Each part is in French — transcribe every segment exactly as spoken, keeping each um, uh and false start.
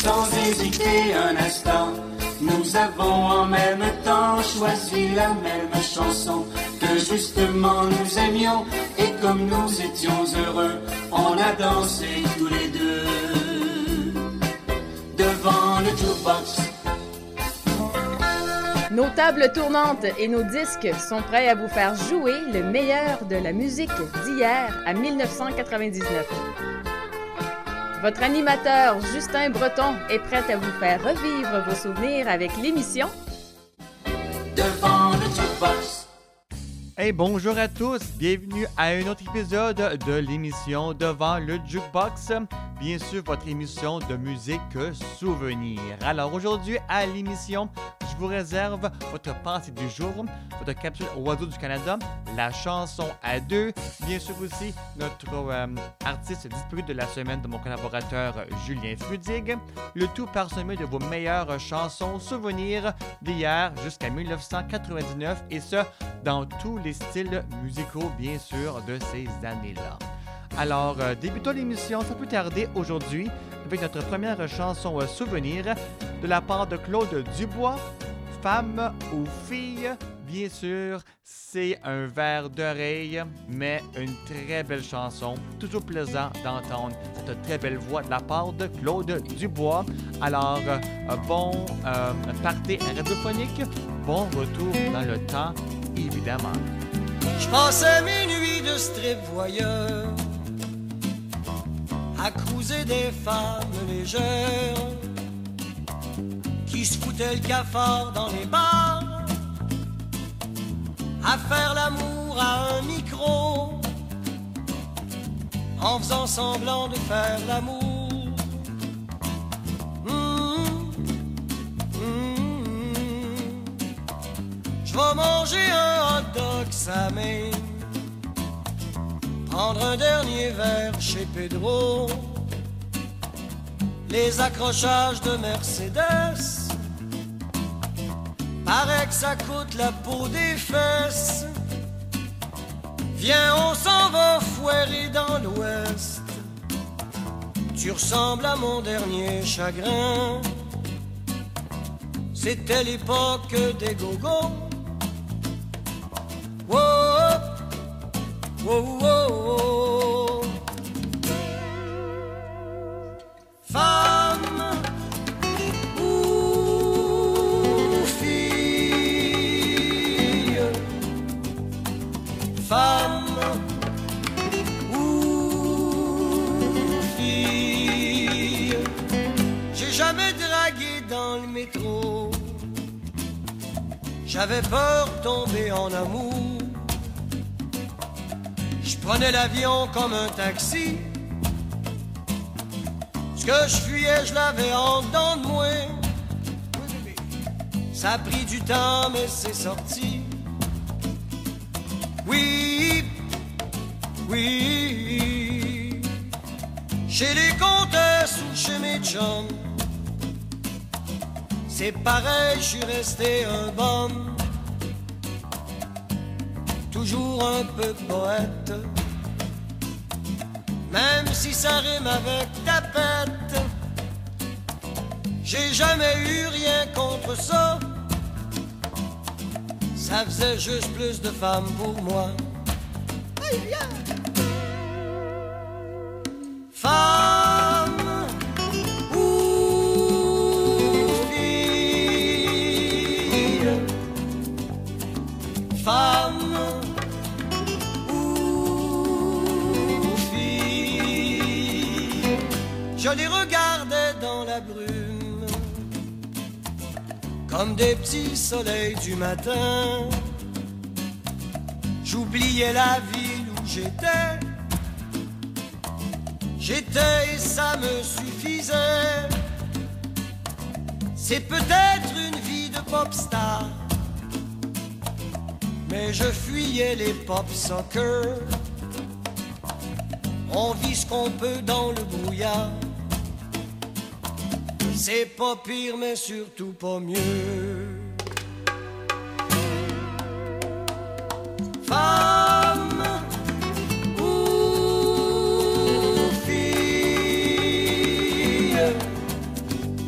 sans hésiter un instant, nous avons en même temps choisi la même chanson, que justement nous aimions, et comme nous étions heureux, on a dansé tous les deux devant le jukebox. Nos tables tournantes et nos disques sont prêts à vous faire jouer le meilleur de la musique d'hier à dix-neuf cent quatre-vingt-dix-neuf. Votre animateur Justin Breton est prêt à vous faire revivre vos souvenirs avec l'émission Devant le jukebox. Hey, bonjour à tous, bienvenue à un autre épisode de l'émission Devant le Jukebox, bien sûr votre émission de musique souvenir. Alors aujourd'hui à l'émission, je vous réserve votre pensée du jour, votre capsule Oiseau du Canada, la chanson à deux, bien sûr aussi notre euh, artiste disparu de la semaine de mon collaborateur Julien Frudig, le tout parsemé de vos meilleures chansons souvenirs d'hier jusqu'à dix-neuf cent quatre-vingt-dix-neuf, et ce, dans tous les styles musicaux, bien sûr, de ces années-là. Alors, euh, débutons l'émission sans plus tarder aujourd'hui avec notre première chanson euh, souvenir de la part de Claude Dubois, Femme ou Fille. Bien sûr, c'est un verre d'oreille, mais une très belle chanson. Toujours plaisant d'entendre cette très belle voix de la part de Claude Dubois. Alors, euh, bon euh, party radiophonique, bon retour dans le temps, évidemment. Je passais mes nuits de strip voyeur à cruiser des femmes légères qui se foutaient le cafard dans les bars, à faire l'amour à un micro en faisant semblant de faire l'amour. Mmh, mmh, je vais manger un hot dog sa main, prendre un dernier verre chez Pedro, les accrochages de Mercedes, paraît que ça coûte la peau des fesses. Viens, on s'en va foirer dans l'ouest, tu ressembles à mon dernier chagrin. C'était l'époque des gogos. Wow, wow, wow, wow. Femme ou fille, femme ou fille, j'ai jamais dragué dans le métro, j'avais peur de tomber en amour. Je prenais l'avion comme un taxi, ce que je fuyais, je l'avais en dedans de moi. Ça a pris du temps, mais c'est sorti. Oui, oui, chez les comtesses ou chez mes chums, c'est pareil, je suis resté un bum. Toujours un peu poète, même si ça rime avec tapette. J'ai jamais eu rien contre ça, ça faisait juste plus de femmes pour moi. Aïe, aïe, aïe. Femme ou fille, femme je les regardais dans la brume, comme des petits soleils du matin. J'oubliais la ville où j'étais, j'étais et ça me suffisait. C'est peut-être une vie de pop star, mais je fuyais les pop soccer. On vit ce qu'on peut dans le brouillard. C'est pas pire, mais surtout pas mieux. Femme ou fille,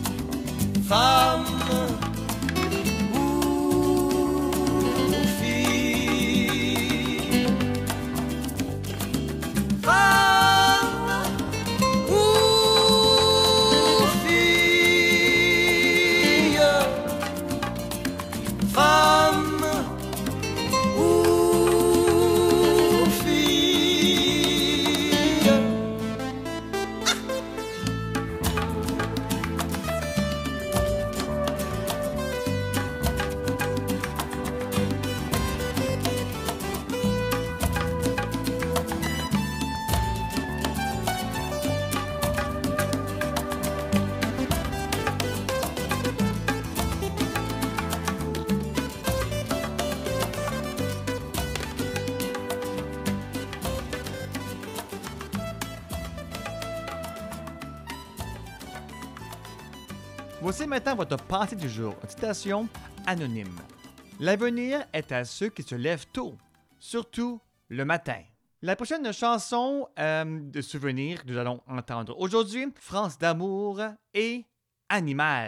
Voici maintenant votre pensée du jour, une citation anonyme. L'avenir est à ceux qui se lèvent tôt, surtout le matin. La prochaine chanson euh, de souvenir que nous allons entendre aujourd'hui, France d'amour et Animal.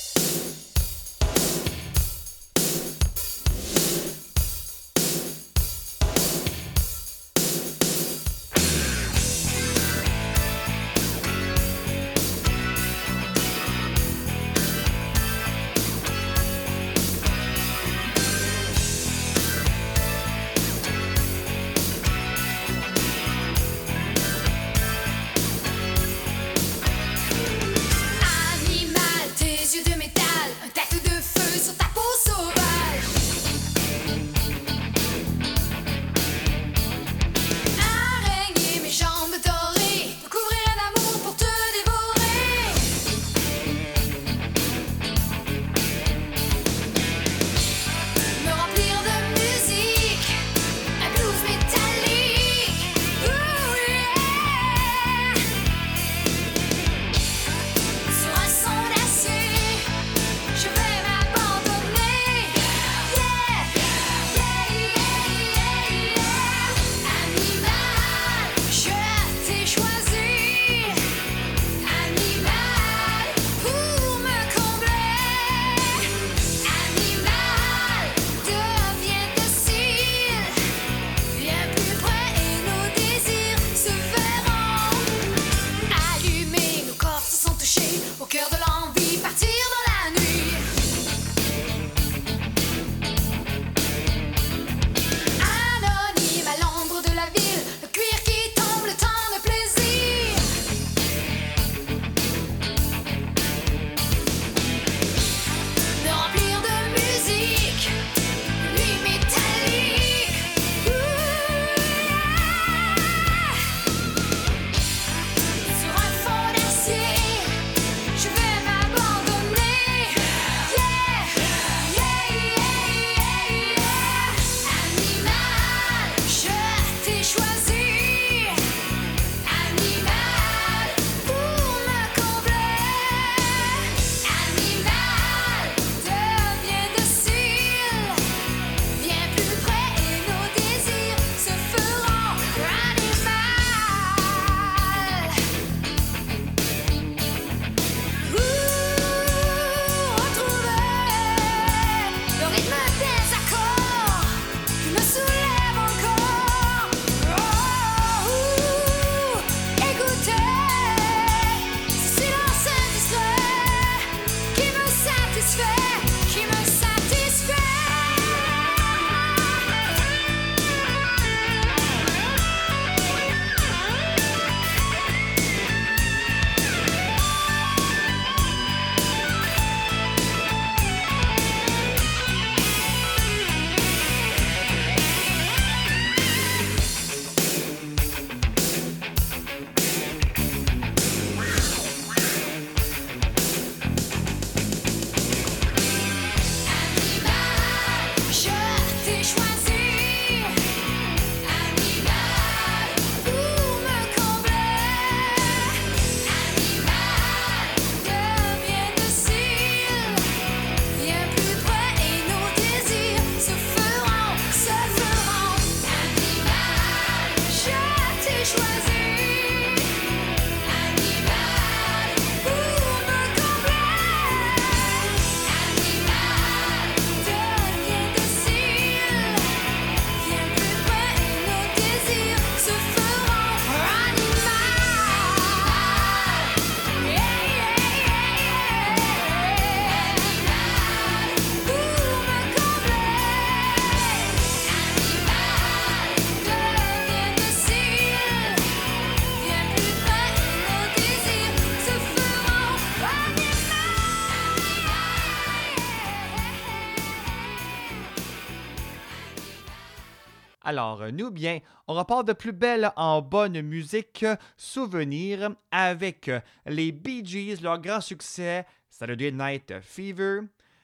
Alors, nous, bien, on repart de plus belle en bonne musique souvenir avec les Bee Gees, leur grand succès, Saturday Night Fever.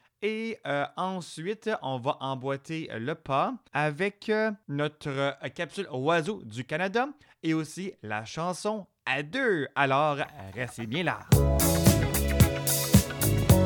Et euh, ensuite, on va emboîter le pas avec euh, notre euh, capsule Oiseau du Canada et aussi la chanson à deux. Alors, restez bien là.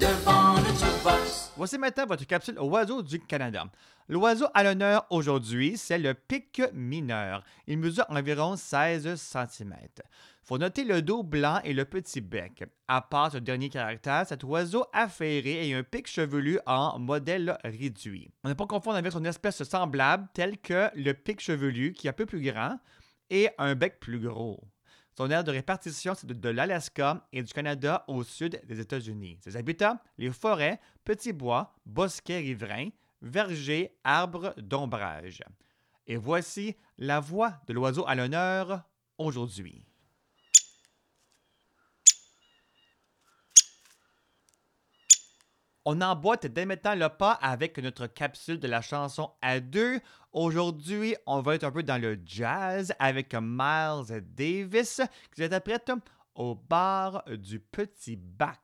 devant le jukebox. Voici maintenant votre capsule Oiseau du Canada. L'oiseau à l'honneur aujourd'hui, c'est le pic mineur. Il mesure environ seize centimètres. Il faut noter le dos blanc et le petit bec. À part ce dernier caractère, cet oiseau affairé a un pic chevelu en modèle réduit. On ne peut pas confondre avec son espèce semblable, telle que le pic chevelu, qui est un peu plus grand, et un bec plus gros. Son aire de répartition, c'est de, de l'Alaska et du Canada au sud des États-Unis. Ses habitats, les forêts, petits bois, bosquets riverains, vergers, arbres d'ombrage. Et voici la voix de l'oiseau à l'honneur aujourd'hui. On emboîte dès maintenant le pas avec notre capsule de la chanson à deux. Aujourd'hui, on va être un peu dans le jazz avec Miles Davis qui s'interprète au bar du Petit Bac.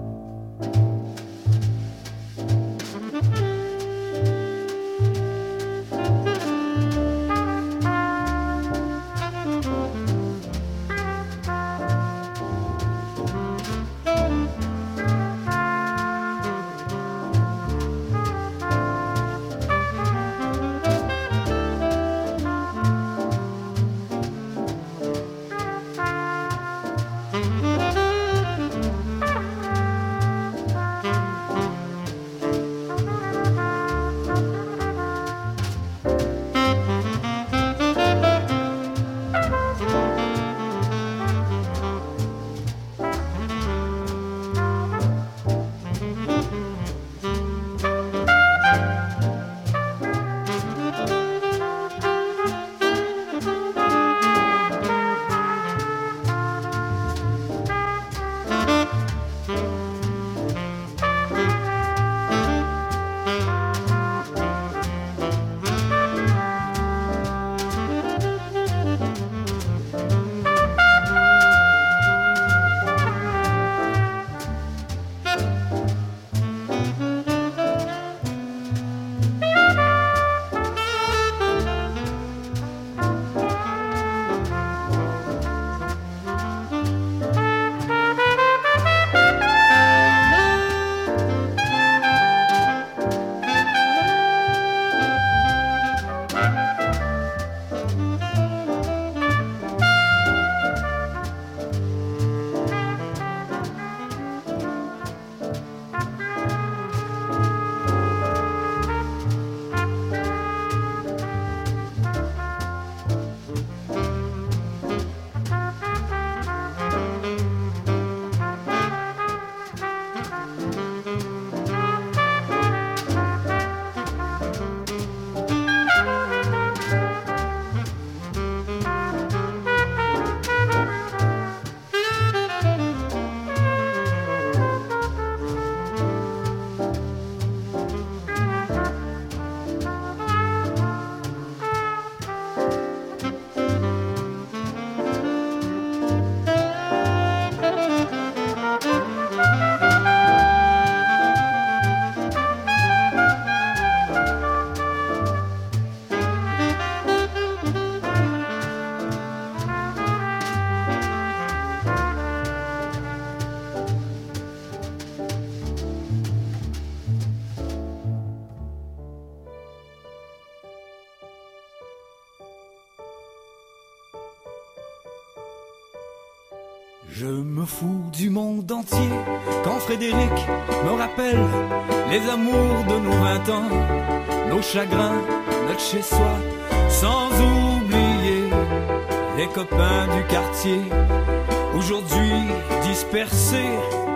Je me fous du monde entier quand Frédéric me rappelle les amours de nos vingt ans, nos chagrins, notre chez-soi, sans oublier les copains du quartier, aujourd'hui dispersés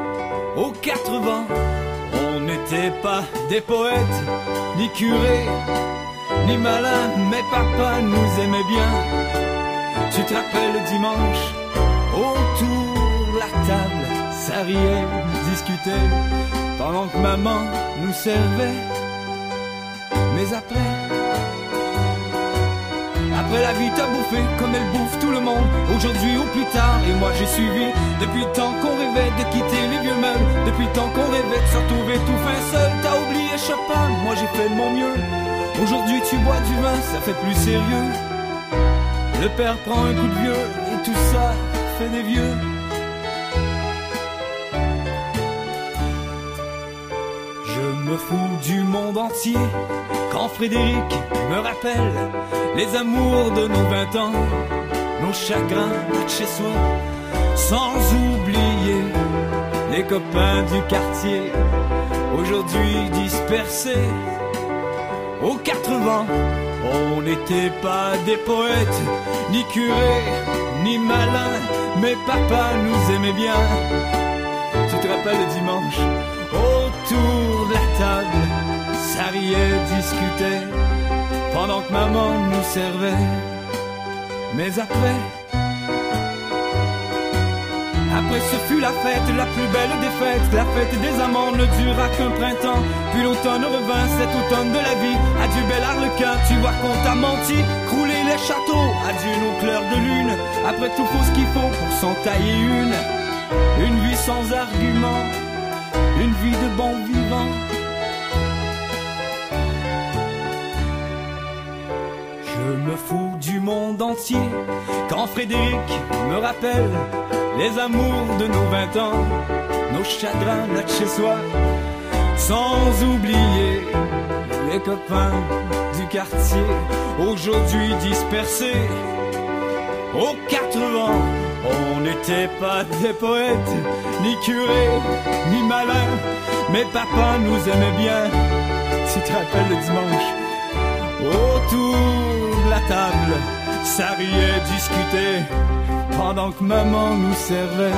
aux quatre vents. On n'était pas des poètes, ni curés, ni malins, mais papa nous aimait bien. Tu te rappelles le dimanche, autour de la table, ça riait, discutait, pendant que maman nous servait. Mais après, après la vie t'a bouffé comme elle bouffe tout le monde, aujourd'hui ou plus tard. Et moi j'ai suivi, depuis le temps qu'on rêvait de quitter les vieux meubles, depuis le temps qu'on rêvait de se retrouver tout fin seul. T'as oublié Chopin, moi j'ai fait de mon mieux. Aujourd'hui tu bois du vin, ça fait plus sérieux. Le père prend un coup de vieux et tout ça fait des vieux. me fous du monde entier quand Frédéric me rappelle les amours de nos vingt ans, nos chagrins de chez soi, sans oublier les copains du quartier, aujourd'hui dispersés aux quatre vents. On n'était pas des poètes, ni curés, ni malins, mais papa nous aimait bien. Tu te rappelles le dimanche, autour de la table, ça riait, discutait, pendant que maman nous servait. Mais après, après ce fut la fête, la plus belle des fêtes. La fête des amants ne dura qu'un printemps, puis l'automne revint, cet automne de la vie. Adieu bel Arlequin, tu vois qu'on t'a menti, crouler les châteaux, adieu nos clairs de lune. Après tout faut ce qu'il faut pour s'en tailler une. Une vie sans argument, une vie de bon vivant. Je me fous du monde entier quand Frédéric me rappelle les amours de nos vingt ans, nos chagrins, notre chez-soi, sans oublier les copains du quartier, aujourd'hui dispersés aux quatre vents. On n'était pas des poètes, ni curés, ni malins, mais papa nous aimait bien. Tu te rappelles le dimanche, autour de la table, ça riait, discutait, pendant que maman nous servait.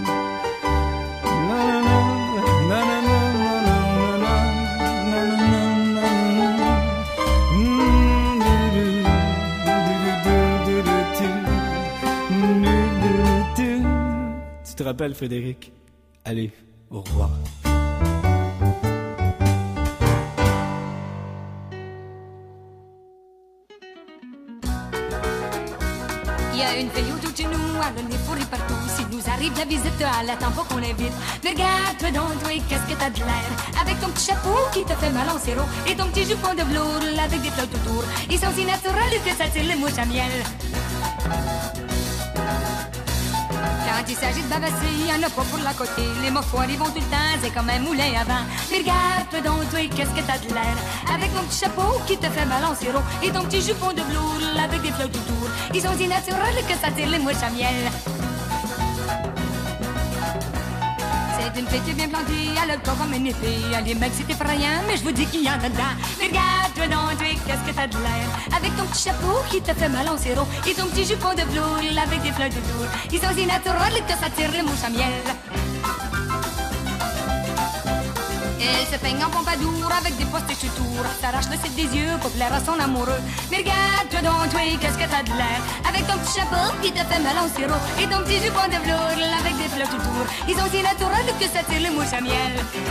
Tu te rappelles, Frédéric? Allez, au revoir. Il y a une fille autour de nous, elle a le nez pourri partout. Si nous arrive la visite, elle attend pas qu'on l'invite. Mais regarde-toi donc, toi, qu'est-ce que t'as de l'air. Avec ton petit chapeau qui te fait mal en sirop et ton petit jupon de velours avec des fleurs autour. Ils sont si naturels que ça tire les mouches à miel. Quand il s'agit de bavasser, y'en a pas pour la côté. Les mofoirs, ils vont tout le temps, c'est comme un moulin à vent. Mais regarde-toi donc, toi, qu'est-ce que t'as de l'air. Avec ton petit chapeau qui te fait mal en sirop et ton petit jupon de velours avec des fleurs autour. Ils sont si naturels que ça tire les mouches à miel. C'est une fille qui est bien plantée, elle a le corps comme une épée. Les mecs c'est effrayant, mais je vous dis qu'il y en a dedans. Mais regarde-toi donc, toi, qu'est-ce que t'as de l'air. Avec ton petit chapeau qui te fait mal en sirop et ton petit jupon de velours avec des fleurs autour. Ils sont si naturels que ça tire les mouches à miel. Elle se peigne en pompadour avec des postes et chetours. S'arrache le cil des yeux pour plaire à son amoureux. Mais regarde-toi donc, toi, qu'est-ce que t'as de l'air. Avec ton petit chapeau qui te fait mal en sirop et ton petit jupon de velours avec des fleurs autour. Ils sont si naturels que ça tire les mouches à miel.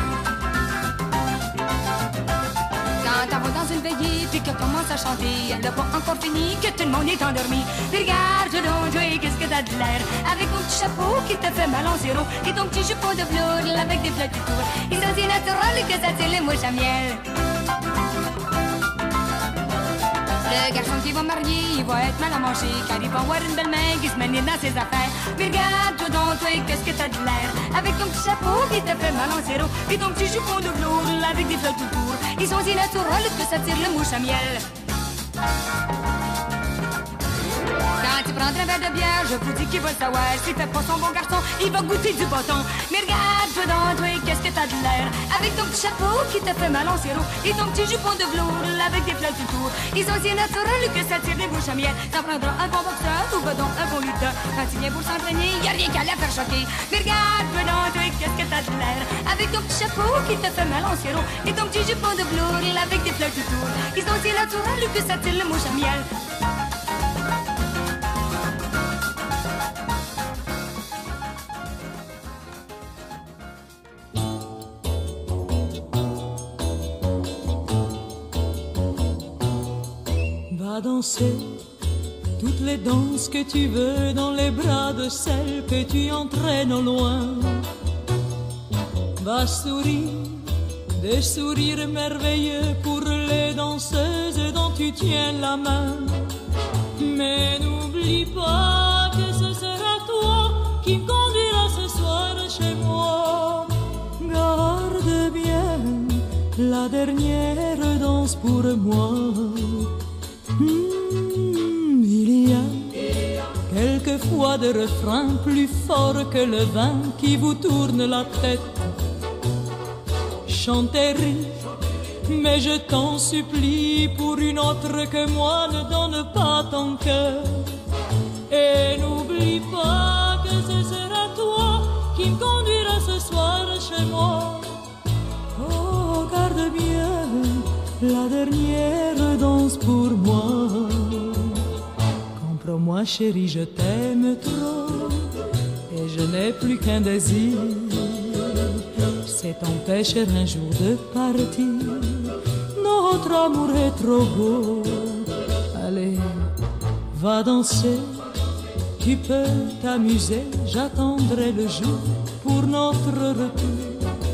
Quand t'en vas dans une veillée puis qu'elle commence à chanter, elle n'a pas encore fini que tout le monde est endormi. Mais regarde donc, toi, qu'est-ce que t'as de l'air. Avec ton petit chapeau qui te fait mal en sirop et ton petit jupon de velours avec des fleurs autour. Ils sont si naturels que ça tire les mouches à miel. Le garçon qui va marier, il va être mal à manger, car il va avoir une belle main qui se mène dans ses affaires. Mais regarde-toi donc, toi, qu'est-ce que t'as de l'air. Avec ton petit chapeau qui te fait mal en sirop et ton petit jupon de velours avec des fleurs autour. Ils sont si naturels que ça tire les mouches à miel. Quand tu prendras un verre de bière, je vous dis qu'il va le savoir. Si t'es pas son bon garçon, il va goûter du bâton. Mais regarde-toi donc, toi, qu'est-ce que t'as de l'air. Avec ton petit chapeau qui te fait mal en sirop et ton petit jupon de velours avec des fleurs autour. Ils sont si naturels que ça tire les mouches à miel. T'en prendras un bon boxeur ou ben donc un bon lutteur. Quand il vient pour s'entraîner, y'a rien qu'à la faire choquer. Mais regarde-toi donc, toi, qu'est-ce que t'as de l'air. Avec ton petit chapeau qui te fait mal en sirop et ton petit jupon de velours avec des fleurs autour. Ils sont si naturels que ça tire les mouches à miel. Va danser toutes les danses que tu veux dans les bras de celle que tu entraînes au loin. Va sourire des sourires merveilleux pour les danseuses dont tu tiens la main. Mais n'oublie pas que ce sera toi qui me conduira ce soir chez moi. Garde bien dernière danse pour moi. Mmh, il y a quelquefois des refrains plus forts que le vin qui vous tourne la tête. Chantez, rire, mais je t'en supplie, pour une autre que moi ne donne pas ton cœur. Et n'oublie pas que ce sera toi qui me conduira ce soir chez moi. Oh, garde bien la dernière danse pour moi. Comprends-moi chérie, je t'aime trop et je n'ai plus qu'un désir, c'est t'empêcher un jour de partir. Notre amour est trop beau. Allez, va danser, tu peux t'amuser, j'attendrai le jour pour notre retour.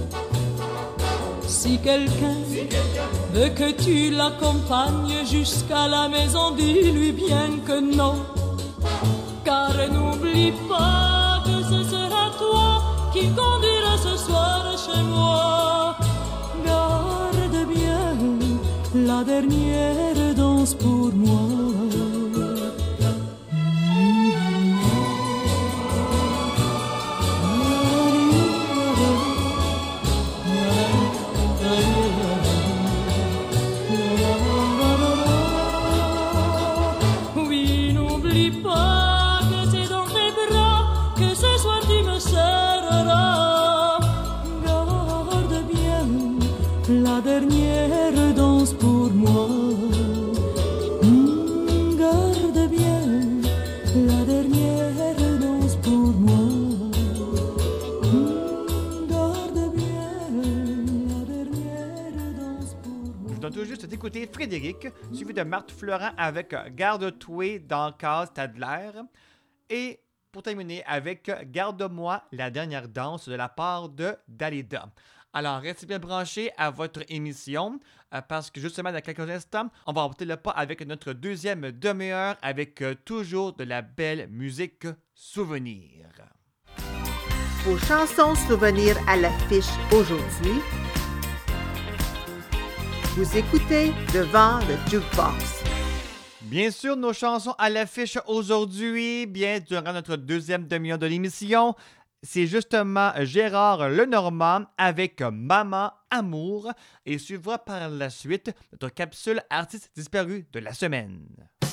Si quelqu'un veut que tu l'accompagnes jusqu'à la maison, dis-lui bien que non. Car n'oublie pas que ce sera toi qui conduira ce soir chez moi. Garde bien la dernière danse pour moi. Écoutez Frédéric, suivi de Marthe Fleurant avec Garde-toi dans Case Tadler. Et pour terminer avec Garde-moi la dernière danse de la part de Dalida. Alors, restez bien branchés à votre émission euh, parce que justement, dans quelques instants, on va remporter le pas avec notre deuxième demi-heure avec euh, toujours de la belle musique souvenir. Vos chansons souvenirs à l'affiche aujourd'hui. Vous écoutez Devant le Jukebox. Bien sûr, nos chansons à l'affiche aujourd'hui, bien durant notre deuxième demi-heure de l'émission, c'est justement Gérard Lenormand avec Maman Amour et suivra par la suite notre capsule artiste disparu de la semaine.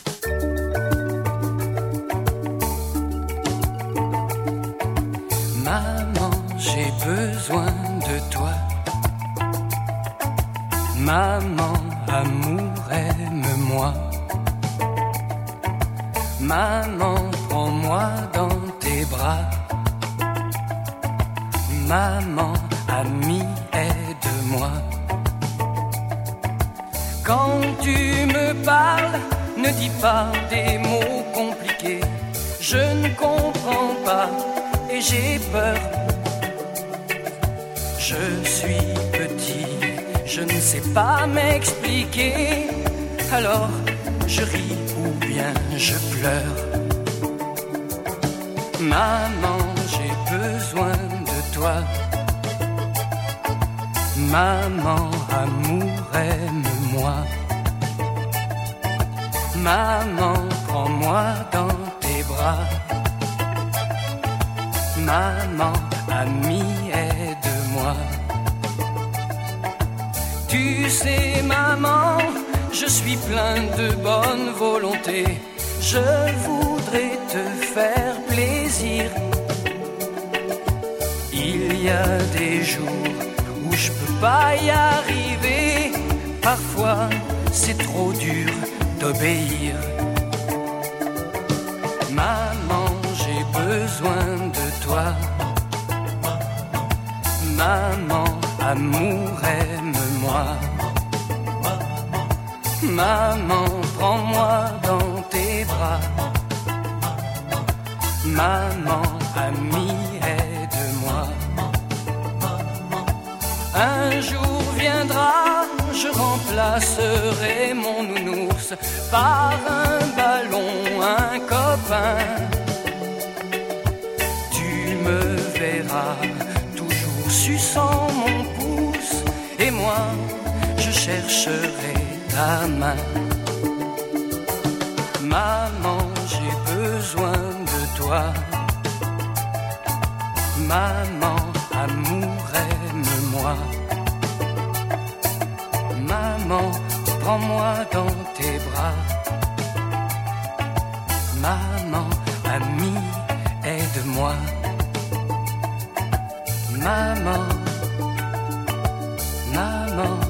Maman, j'ai besoin de toi. Maman, amour, aime-moi. Maman, prends-moi dans tes bras. Maman, amie, aide-moi. Quand tu me parles, ne dis pas des mots compliqués. Je ne comprends pas et j'ai peur. Je suis petit. Je ne sais pas m'expliquer, alors je ris ou bien je pleure. Maman, j'ai besoin de toi. Maman, amour, aime-moi. Maman, prends-moi dans tes bras. Maman, amie, aide-moi. Tu sais, maman, je suis plein de bonne volonté. Je voudrais te faire plaisir. Il y a des jours où je peux pas y arriver. Parfois, c'est trop dur d'obéir. Maman, j'ai besoin de toi. Maman, amour, aime-moi. Maman, prends-moi dans tes bras. Maman, amie, aide-moi. Un jour viendra, je remplacerai mon nounours par un ballon, un copain. Tu me verras toujours suçant mon pouce, et moi je chercherai ta main. Maman, j'ai besoin de toi. Maman, amour, aime-moi. Maman, prends-moi dans tes bras. Maman, amie, aide-moi. Maman, maman,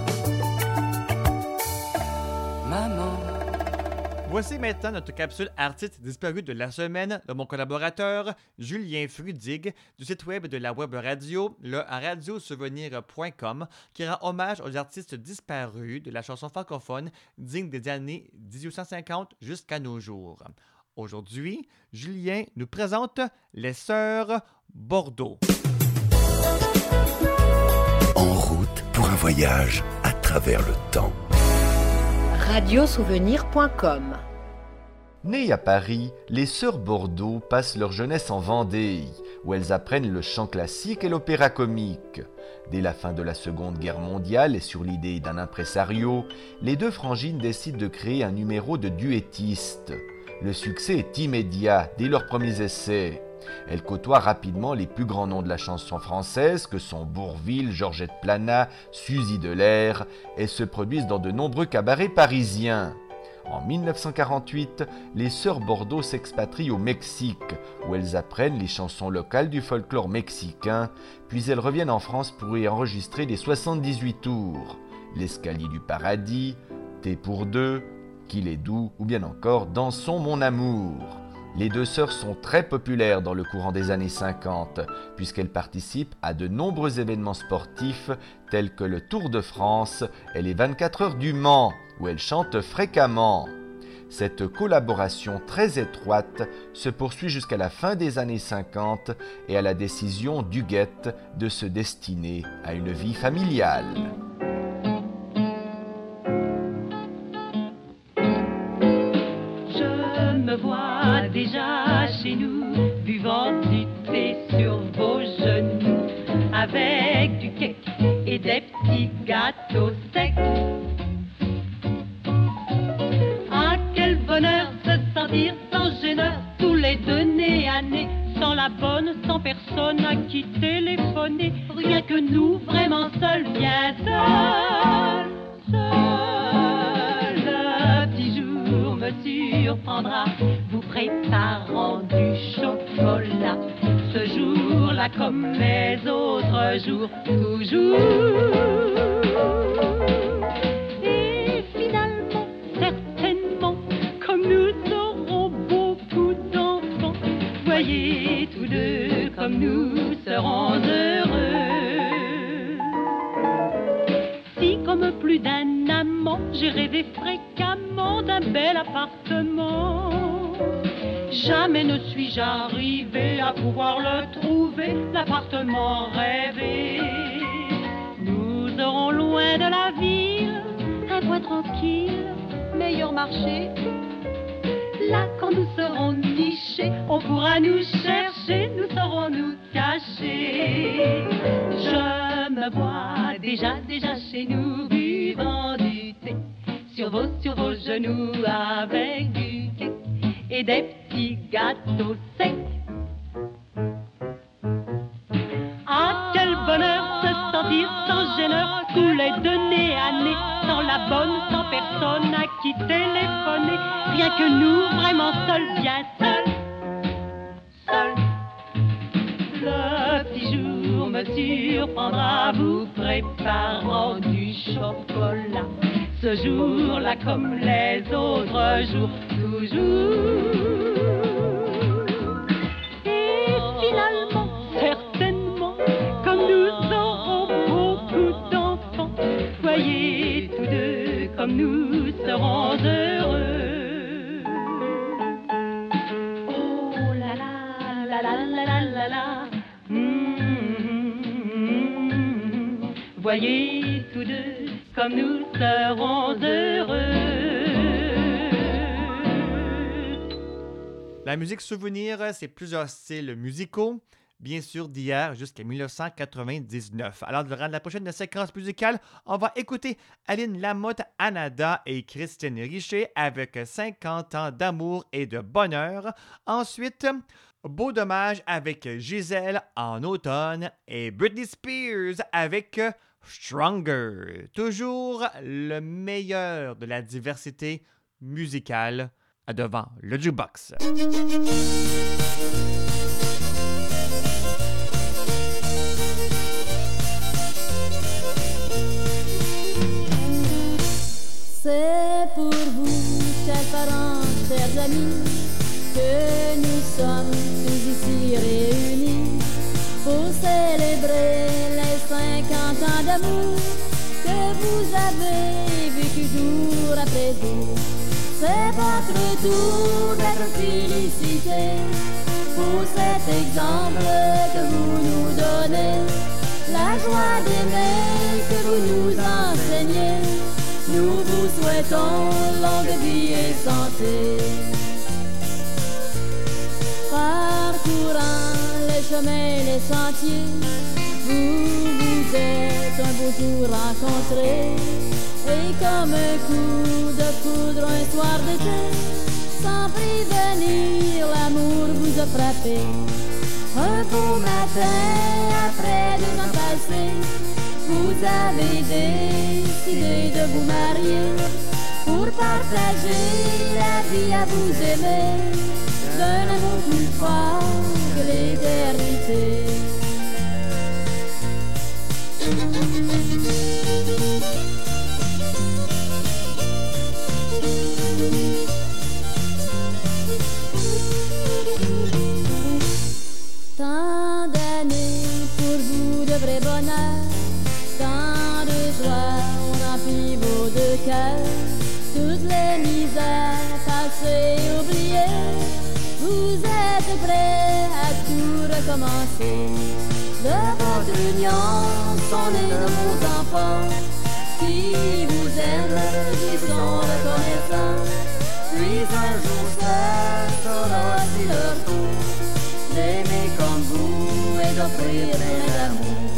maman. Voici maintenant notre capsule artiste disparue de la semaine de mon collaborateur Julien Frudig du site web de la web radio, le radiosouvenir point com, qui rend hommage aux artistes disparus de la chanson francophone digne des années dix-huit cent cinquante jusqu'à nos jours. Aujourd'hui, Julien nous présente les Sœurs Bordeaux. En route pour un voyage à travers le temps. radiosouvenir point com. Nées à Paris, les sœurs Bordeaux passent leur jeunesse en Vendée, où elles apprennent le chant classique et l'opéra comique. Dès la fin de la Seconde Guerre mondiale et sur l'idée d'un impresario, les deux frangines décident de créer un numéro de duettistes. Le succès est immédiat dès leurs premiers essais. Elles côtoient rapidement les plus grands noms de la chanson française que sont Bourvil, Georgette Plana, Suzy Delair et se produisent dans de nombreux cabarets parisiens. En dix-neuf cent quarante-huit, les sœurs Bordeaux s'expatrient au Mexique, où elles apprennent les chansons locales du folklore mexicain, puis elles reviennent en France pour y enregistrer les soixante-dix-huit tours, L'escalier du paradis, Thé pour deux, Qu'il est doux ou bien encore Dansons mon amour. Les deux sœurs sont très populaires dans le courant des années cinquante, puisqu'elles participent à de nombreux événements sportifs tels que le Tour de France et les vingt-quatre heures du Mans, où elles chantent fréquemment. Cette collaboration très étroite se poursuit jusqu'à la fin des années cinquante et à la décision d'Huguette de se destiner à une vie familiale. Je me vois déjà chez nous, buvant du thé sur vos genoux, avec du cake et des petits gâteaux secs. Ah, quel bonheur se sentir sans gêneur, tous les deux nez à nez, sans la bonne, sans personne à qui téléphoner, rien que nous, vraiment seuls, bien seuls, seuls. Le petit jour me surprendra, vous préparant du chocolat. Ce jour-là, comme les autres jours, toujours. Et finalement, certainement, comme nous aurons beaucoup d'enfants, voyez tous deux comme nous serons heureux. Si, comme plus d'un amant, j'ai rêvé fréquemment d'un bel appartement, jamais ne suis-je arrivé à pouvoir le trouver, l'appartement rêvé. Nous aurons loin de la ville un coin tranquille, meilleur marché. Là, quand nous serons nichés, on pourra nous chercher, nous saurons nous cacher. Je me vois déjà, déjà chez nous, buvant du thé sur vos, sur vos genoux, avec du cake et des petits gâteaux secs. Ah, quel bonheur se sentir sans gêneur, tous les deux nez à nez, sans la bonne, sans personne à qui téléphoner, rien que nous, vraiment seuls, bien seuls, seuls. Le petit jour me surprendra, vous préparant du chocolat. Ce jour-là, comme les autres jours, toujours. Et finalement, certainement, comme nous aurons beaucoup d'enfants, voyez tous deux comme nous serons heureux. Oh la la la la la la la la. Mmh, voyez tous deux comme nous serons heureux. La musique souvenir, c'est plusieurs styles musicaux, bien sûr, d'hier jusqu'à dix-neuf cent quatre-vingt-dix-neuf. Alors, durant la prochaine séquence musicale, on va écouter Aline Lamotte, Anada et Christine Richer avec cinquante ans d'amour et de bonheur. Ensuite, Beau dommage avec Gisèle en automne et Britney Spears avec Stronger. Toujours le meilleur de la diversité musicale devant le jukebox. C'est pour vous, chers parents, chers amis, que nous sommes tous ici réunis pour célébrer les cinquante ans d'amour que vous avez vécu jour après jour. C'est votre tour d'être félicité pour cet exemple que vous nous donnez, la joie d'aimer que vous nous enseignez. Nous vous souhaitons longue vie et santé. Parcourant les chemins et les sentiers, vous vous êtes un beau jour rencontrés. Et comme un coup de foudre un soir d'été, sans prévenir, l'amour vous a frappé. Un beau matin, après deux ans passés, vous avez décidé de vous marier pour partager la vie à vous aimer d'un amour plus fort que l'éternité. Tant d'années pour vous de vrai bonheur, tant de joie ont rempli vos deux cœurs, toutes les misères passées et oubliées. Vous êtes prêts à tout recommencer. De votre union sont nés de beaux enfants qui vous aiment, qui sont reconnaissants. Puis un jour seul sera aussi leur tour d'aimer comme vous et d'offrir plein d'amour.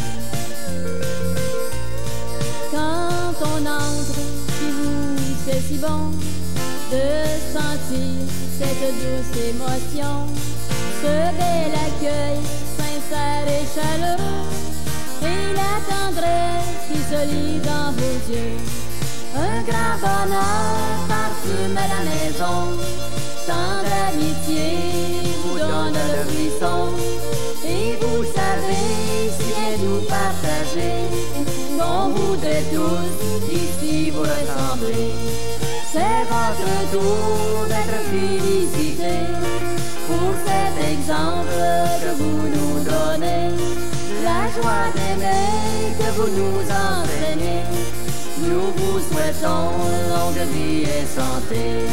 Quand on entre chez vous, c'est si bon de sentir cette douce émotion, ce bel accueil sincère et chaleureux, et la tendresse qui se lit dans vos yeux. Un grand bonheur parfume la maison, tant d'amitié vous donne le frisson, et vous savez si bien nous partager, qu'on voudrait tous ici vous ressembler. C'est votre tour d'être félicité pour cet exemple que vous nous donnez, la joie d'aimer que vous nous enseignez. Nous vous souhaitons longue vie et santé.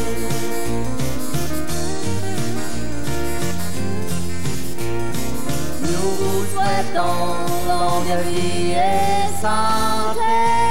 Nous vous souhaitons longue vie et santé.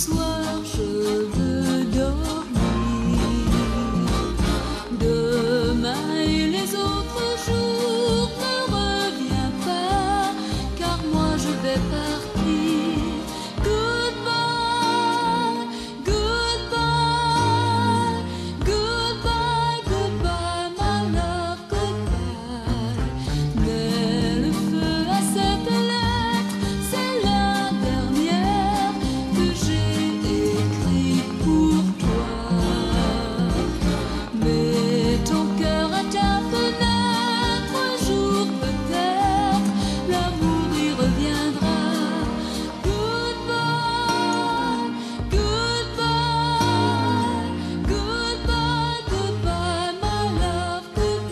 soir je veux dormir. Demain et les autres jours ne reviens pas, car moi je vais partir. Goodbye, goodbye, goodbye, goodbye, my love, goodbye. Mets le feu à cette lettre, c'est la dernière que j'ai écrite pour toi. Mets ton cœur à ta fenêtre, un jour peut-être l'amour y reviendra. Goodbye, goodbye, goodbye, goodbye, my love,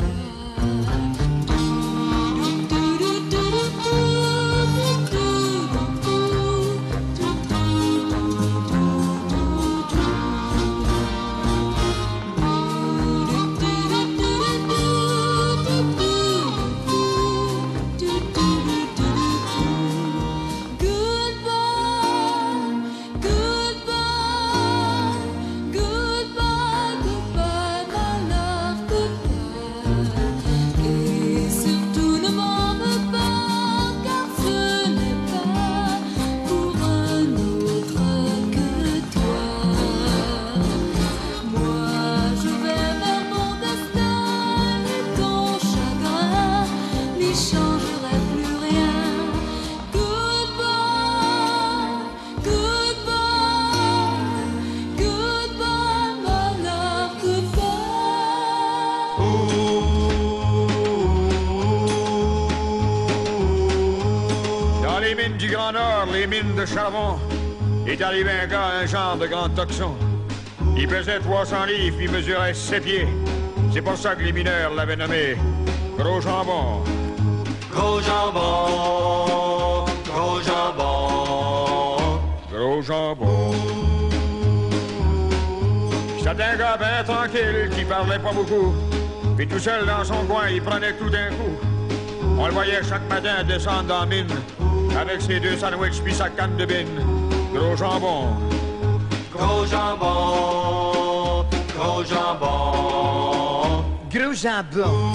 Les mines de charbon, est arrivé un gars, un genre de grand toxon. Il pesait trois cents livres, il mesurait sept pieds. C'est pour ça que les mineurs l'avaient nommé Gros Jambon. Gros jambon, gros jambon, Gros Jambon. C'était un gars bien tranquille qui parlait pas beaucoup. Puis tout seul dans son coin, il prenait tout d'un coup. On le voyait chaque matin descendre dans la mine avec ses deux sandwichs puis sa canne de bine. Gros Jambon. gros jambon, gros jambon, gros jambon.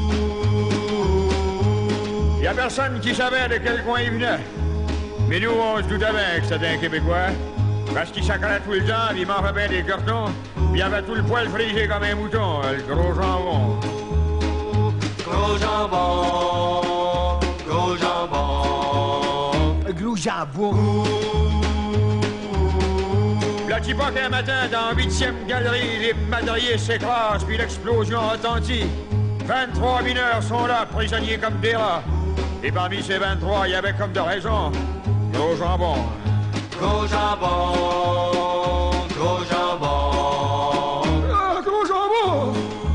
Y a personne qui savait de quel coin il venait. Mais nous, on se doutait bien que c'était un Québécois. Parce qu'il sacrait tout le temps, il mangeait bien des cartons, puis il avait tout le poil frisé comme un mouton, le gros jambon. Gros jambon, gros jambon, gros jambon. La Tipoc un matin, dans huitième galerie, les madriers s'écrasent, puis l'explosion retentit. vingt-trois mineurs sont là, prisonniers comme des rats. Et parmi ces vingt-trois, il y avait comme de raison, gros jambon. Gros jambon, gros jambon, ah, gros jambon.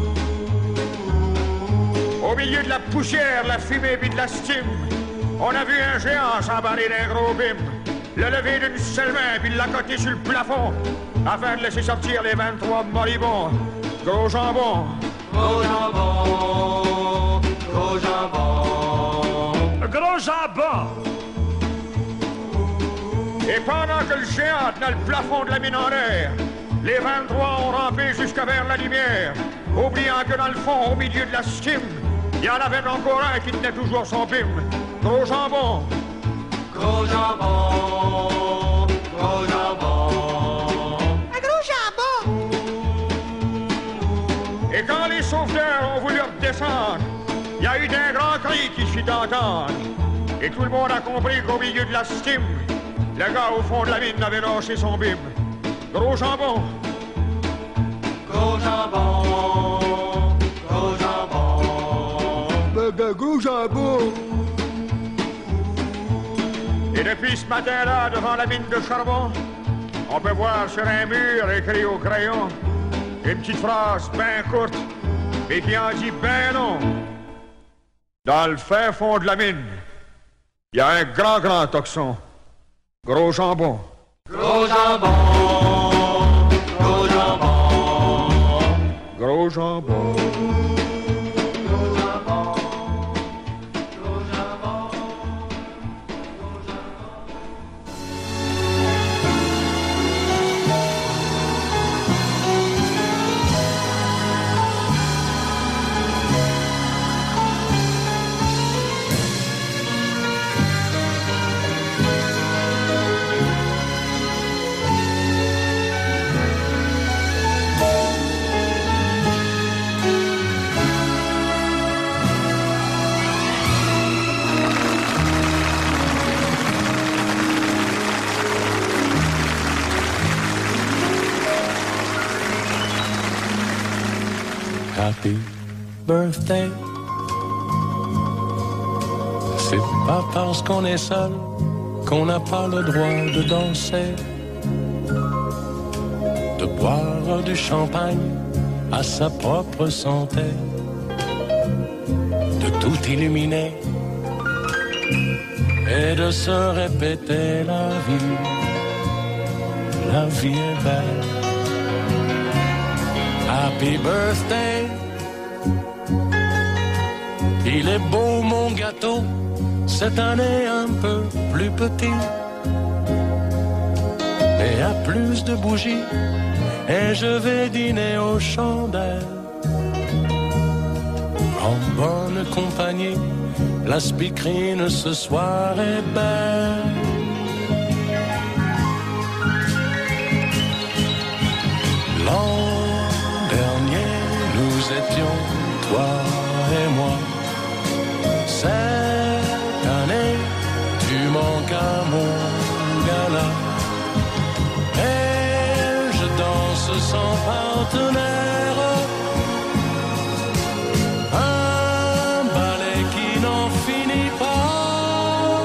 Au milieu de la poussière, la fumée puis de la stime, on a vu un géant s'emballer d'un gros bim, le lever d'une seule main puis l'accoter sur le plafond, afin de laisser sortir les vingt-trois moribonds. Gros jambon. Gros jambon, gros jambon, gros jambon. Et pendant que le géant tenait le plafond de la mine en l'air, les vingt-trois ont rampé jusqu'à vers la lumière, oubliant que dans le fond, au milieu de la stime, il y en avait encore un qui tenait toujours son bim. Gros jambon. Gros jambon, gros jambon, un gros jambon. Et quand les sauveteurs ont voulu redescendre, il y a eu un grand cri qui se fit entendre. Et tout le monde a compris qu'au milieu de la stime, le gars au fond de la mine avait lâché son bim. Gros jambon. Gros jambon, gros jambon, ben, gros jambon. Et depuis ce matin-là, devant la mine de charbon, on peut voir sur un mur écrit au crayon une petite phrase bien courte, mais qui en dit ben non. Dans le fin fond de la mine, il y a un grand, grand toxon. Gros jambon. Gros jambon, gros jambon, gros jambon. Happy birthday. C'est pas parce qu'on est seul qu'on n'a pas le droit de danser, de boire du champagne à sa propre santé, de tout illuminer et de se répéter la vie. La vie est belle. Happy birthday. Il est beau mon gâteau, cette année un peu plus petit, et à plus de bougies, et je vais dîner aux chandelles. En bonne compagnie, la speakerine ce soir est belle. L'an dernier, nous étions, toi et moi. Cette année, tu manques à mon gala. Et je danse sans partenaire, un ballet qui n'en finit pas.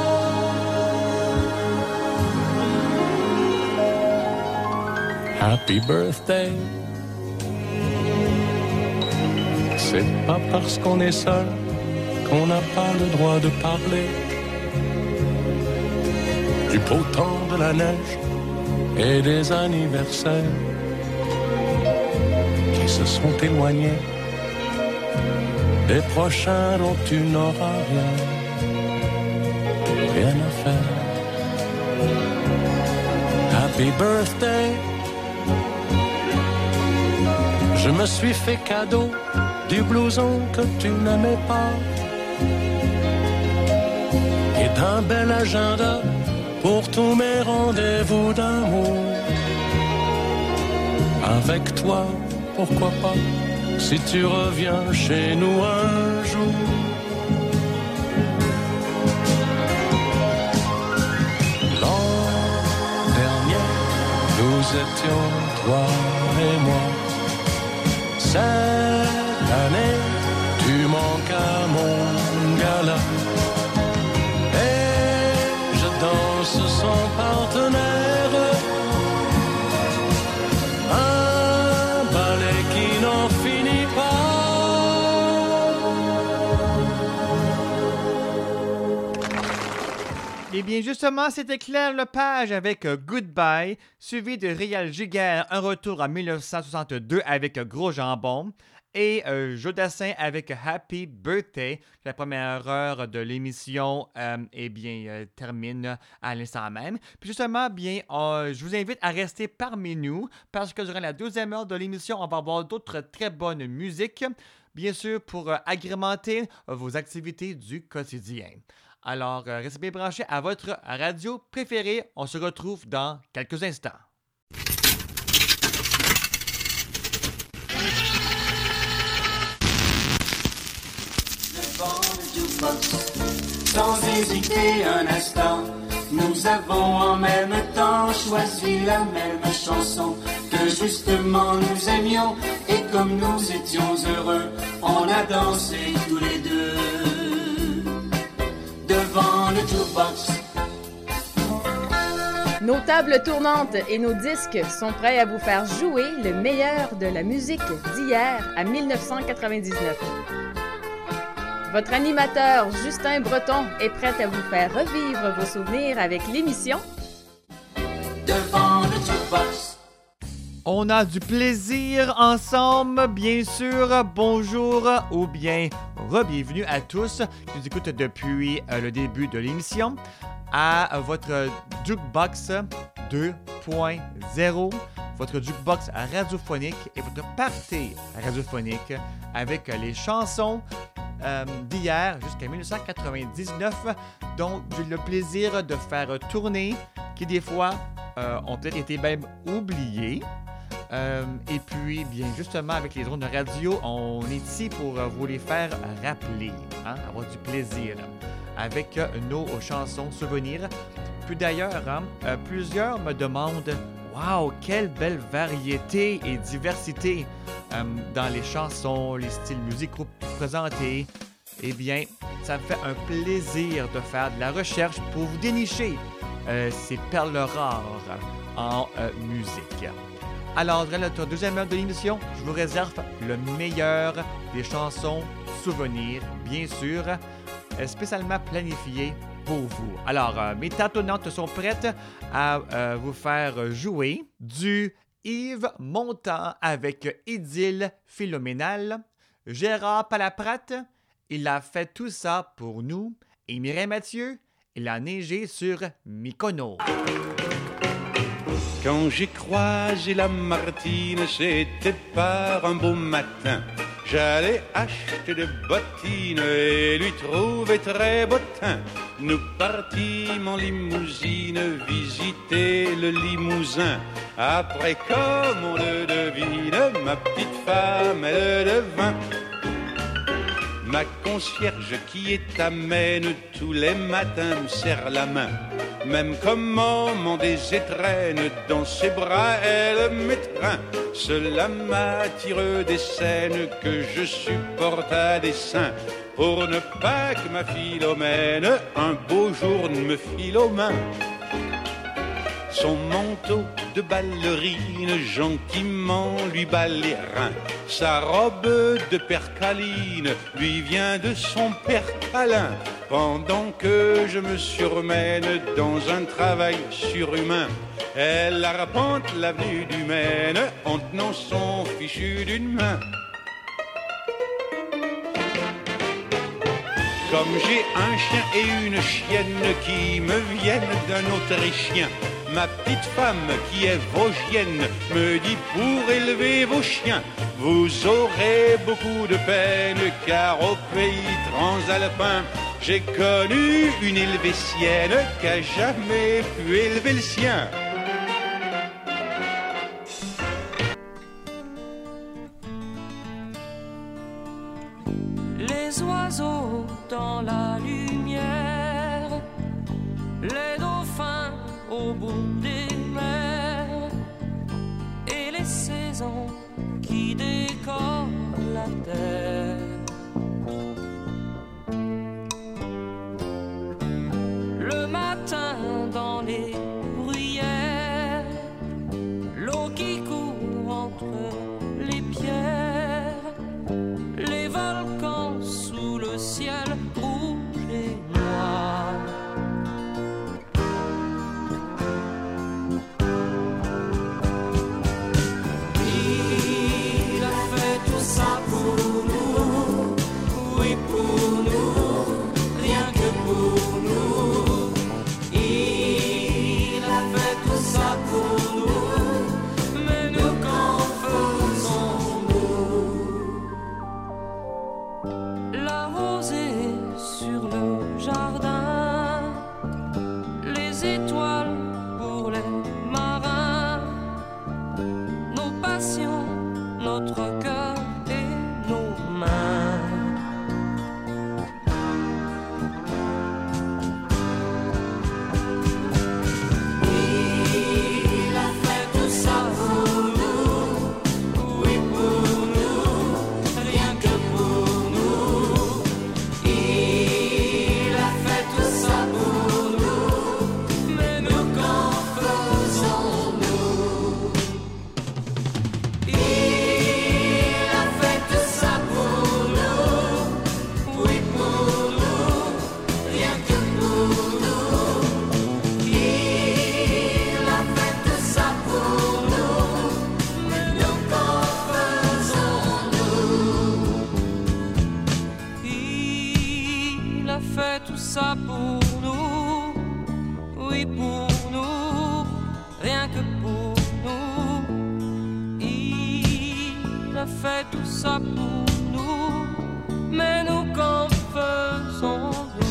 Happy birthday. C'est pas parce qu'on est seul qu'on n'a pas le droit de parler du beau temps, de la neige et des anniversaires qui se sont éloignés, des prochains dont tu n'auras rien, rien à faire. Happy birthday. Je me suis fait cadeau du blouson que tu n'aimais pas et d'un bel agenda pour tous mes rendez-vous d'amour. Avec toi, pourquoi pas, si tu reviens chez nous un jour. L'an dernier, nous étions toi et moi. Cette année, tu manques à mon gala. Danse sans partenaire, un ballet qui n'en finit pas. Et bien justement, c'était Claire Lepage avec Goodbye, suivi de Réal Giguère, un retour en dix-neuf cent soixante-deux avec Gros Jambon. Et euh, Jodassin avec Happy Birthday. La première heure de l'émission euh, eh bien, euh, termine à l'instant même. Puis justement, bien, euh, je vous invite à rester parmi nous parce que durant la deuxième heure de l'émission, on va avoir d'autres très bonnes musiques, bien sûr, pour euh, agrémenter euh, vos activités du quotidien. Alors, euh, restez bien branchés à votre radio préférée. On se retrouve dans quelques instants. Sans hésiter un instant, nous avons en même temps choisi la même chanson que justement nous aimions, et comme nous étions heureux, on a dansé tous les deux devant le jukebox. Nos tables tournantes et nos disques sont prêts à vous faire jouer le meilleur de la musique d'hier à dix-neuf cent quatre-vingt-dix-neuf. Votre animateur, Justin Breton, est prêt à vous faire revivre vos souvenirs avec l'émission Devant le jukebox. On a du plaisir ensemble, bien sûr. Bonjour ou bien re-bienvenue à tous qui nous écoutent depuis euh, le début de l'émission à votre Jukebox deux point zéro, votre Jukebox radiophonique et votre party radiophonique avec les chansons Euh, d'hier jusqu'à dix-neuf cent quatre-vingt-dix-neuf, donc j'ai le plaisir de faire tourner, qui des fois euh, ont peut-être été même oubliés. Euh, et puis, bien justement, avec les drones de radio, on est ici pour euh, vous les faire rappeler, hein, avoir du plaisir avec euh, nos chansons souvenirs. Puis d'ailleurs, hein, euh, plusieurs me demandent « Wow, quelle belle variété et diversité! Euh, euh, dans les chansons, les styles musicaux présentés, eh bien, ça me fait un plaisir de faire de la recherche pour vous dénicher euh, ces perles rares en euh, musique. Alors, dans notre deuxième heure de l'émission, je vous réserve le meilleur des chansons souvenirs, bien sûr, euh, spécialement planifiées pour vous. Alors, euh, mes tâtonnantes sont prêtes à euh, vous faire jouer du Yves Montand avec Idylle Philoménale, Gérard Palaprate, il a fait tout ça pour nous, et Mireille Mathieu, il a neigé sur Mykonos. Quand j'ai croisé la Martine, c'était par un beau matin. J'allais acheter des bottines et lui trouver très bottin. Nous partîmes en limousine visiter le Limousin. Après, comme on le devine, ma petite femme, elle devint ma concierge qui est amène tous les matins me serre la main. Même comment m'en désétrenne, dans ses bras elle m'étreint. Cela m'attire des scènes que je supporte à dessein, pour ne pas que ma Philomène un beau jour ne me file aux mains. Son manteau de ballerine gentiment lui bat les reins. Sa robe de percaline lui vient de son père câlin. Pendant que je me surmène dans un travail surhumain, elle arpente l'avenue du Maine en tenant son fichu d'une main. Comme j'ai un chien et une chienne qui me viennent d'un Autrichien, ma petite femme qui est vosgienne me dit pour élever vos chiens, vous aurez beaucoup de peine car au pays transalpin, j'ai connu une Helvétienne qui a jamais pu élever le sien. Les oiseaux dans la lumière, les dauphins au bout des mers, et les saisons qui décorent la terre. Le matin dans les bruyères, l'eau qui court entre les pierres, les volcans sous le ciel rouge et noir. Il a fait tout ça pour nous, oui pour nous, rien que pour nous. Il a fait tout ça pour nous, mais nous qu'en faisons-nous? La rosée sur le jardin, les étoiles pour les marins, nos passions, notre cœur et nos mains. Il a fait tout ça pour nous, oui pour nous, rien que pour nous. Il a fait tout ça pour nous, mais nous qu'en faisons-nous? Il a fait tout ça pour nous, oui pour nous, rien que pour nous. Il a fait tout ça pour nous, mais nous qu'en faisons-nous? Il a fait tout ça pour nous, oui pour nous, rien que pour nous. Il a fait tout ça pour nous, mais nous qu'en faisons-nous?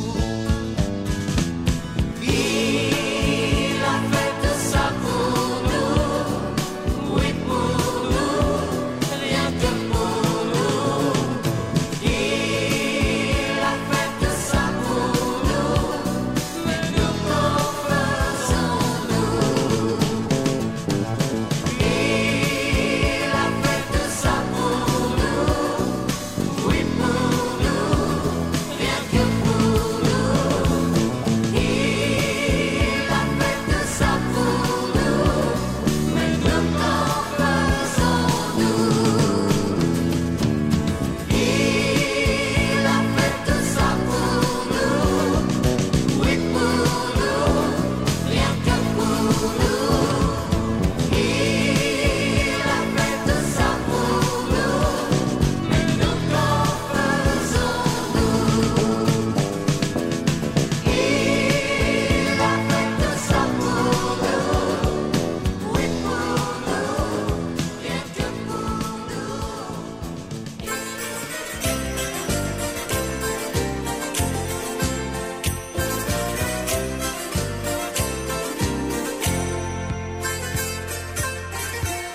Il a fait tout ça pour nous, oui pour nous, rien que pour nous. Il a fait tout ça pour nous, mais nous qu'en faisons-nous? Il a fait tout ça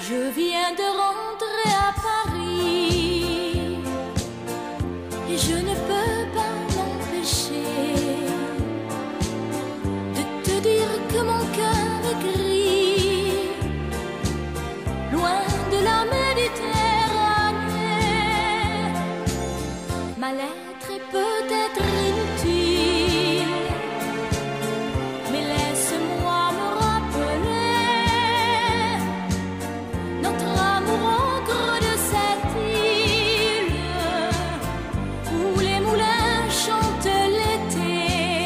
Je viens de rentrer à Paris et je ne peux pas m'empêcher de te dire que mon cœur est gris, loin de la Méditerranée. Ma lettre est peut-être inutile, mais laisse-moi me rappeler notre amour au creux de cette île où les moulins chantent l'été.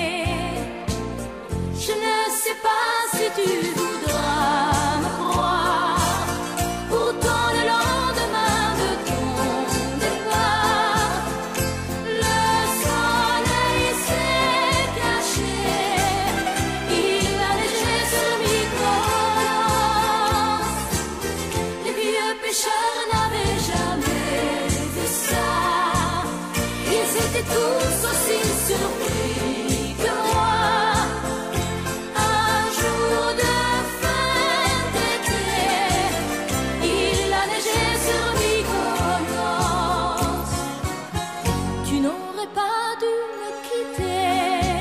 Je ne sais pas si tu voudras me croire, pourtant le lendemain de ton départ, le soleil s'est caché, il a neigé sur Mykonos. Les vieux pêcheurs n'avaient jamais vu ça, ils étaient tous aussi surpris que moi. Un jour de fin d'été, il a neigé sur Mykonos. Tu n'aurais pas dû me quitter,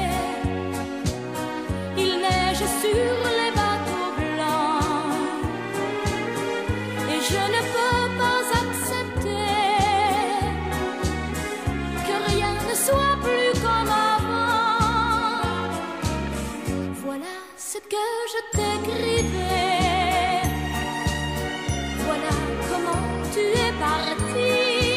il neige sur les bateaux blancs et je ne peux pas accepter que rien ne soit plus comme avant. Voilà ce que je t'écrivais, voilà comment tu es parti.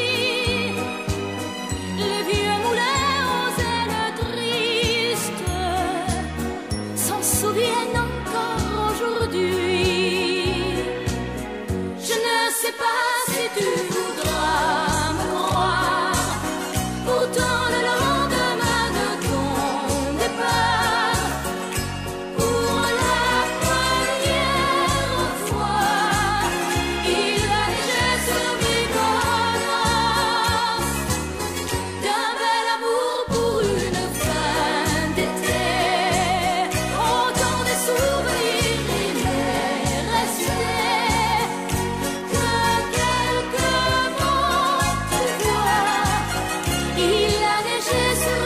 Les vieux moulins aux ailes tristes s'en souviennent encore aujourd'hui. Je ne sais pas si tu voudras me croire, pourtant le lendemain de ton départ, pour la première fois, il a neigé sur Mykonos. D'un bel amour pour une fin d'été, autant de souvenirs il m'est resté que quelques mots, tu vois. Il a neigé sur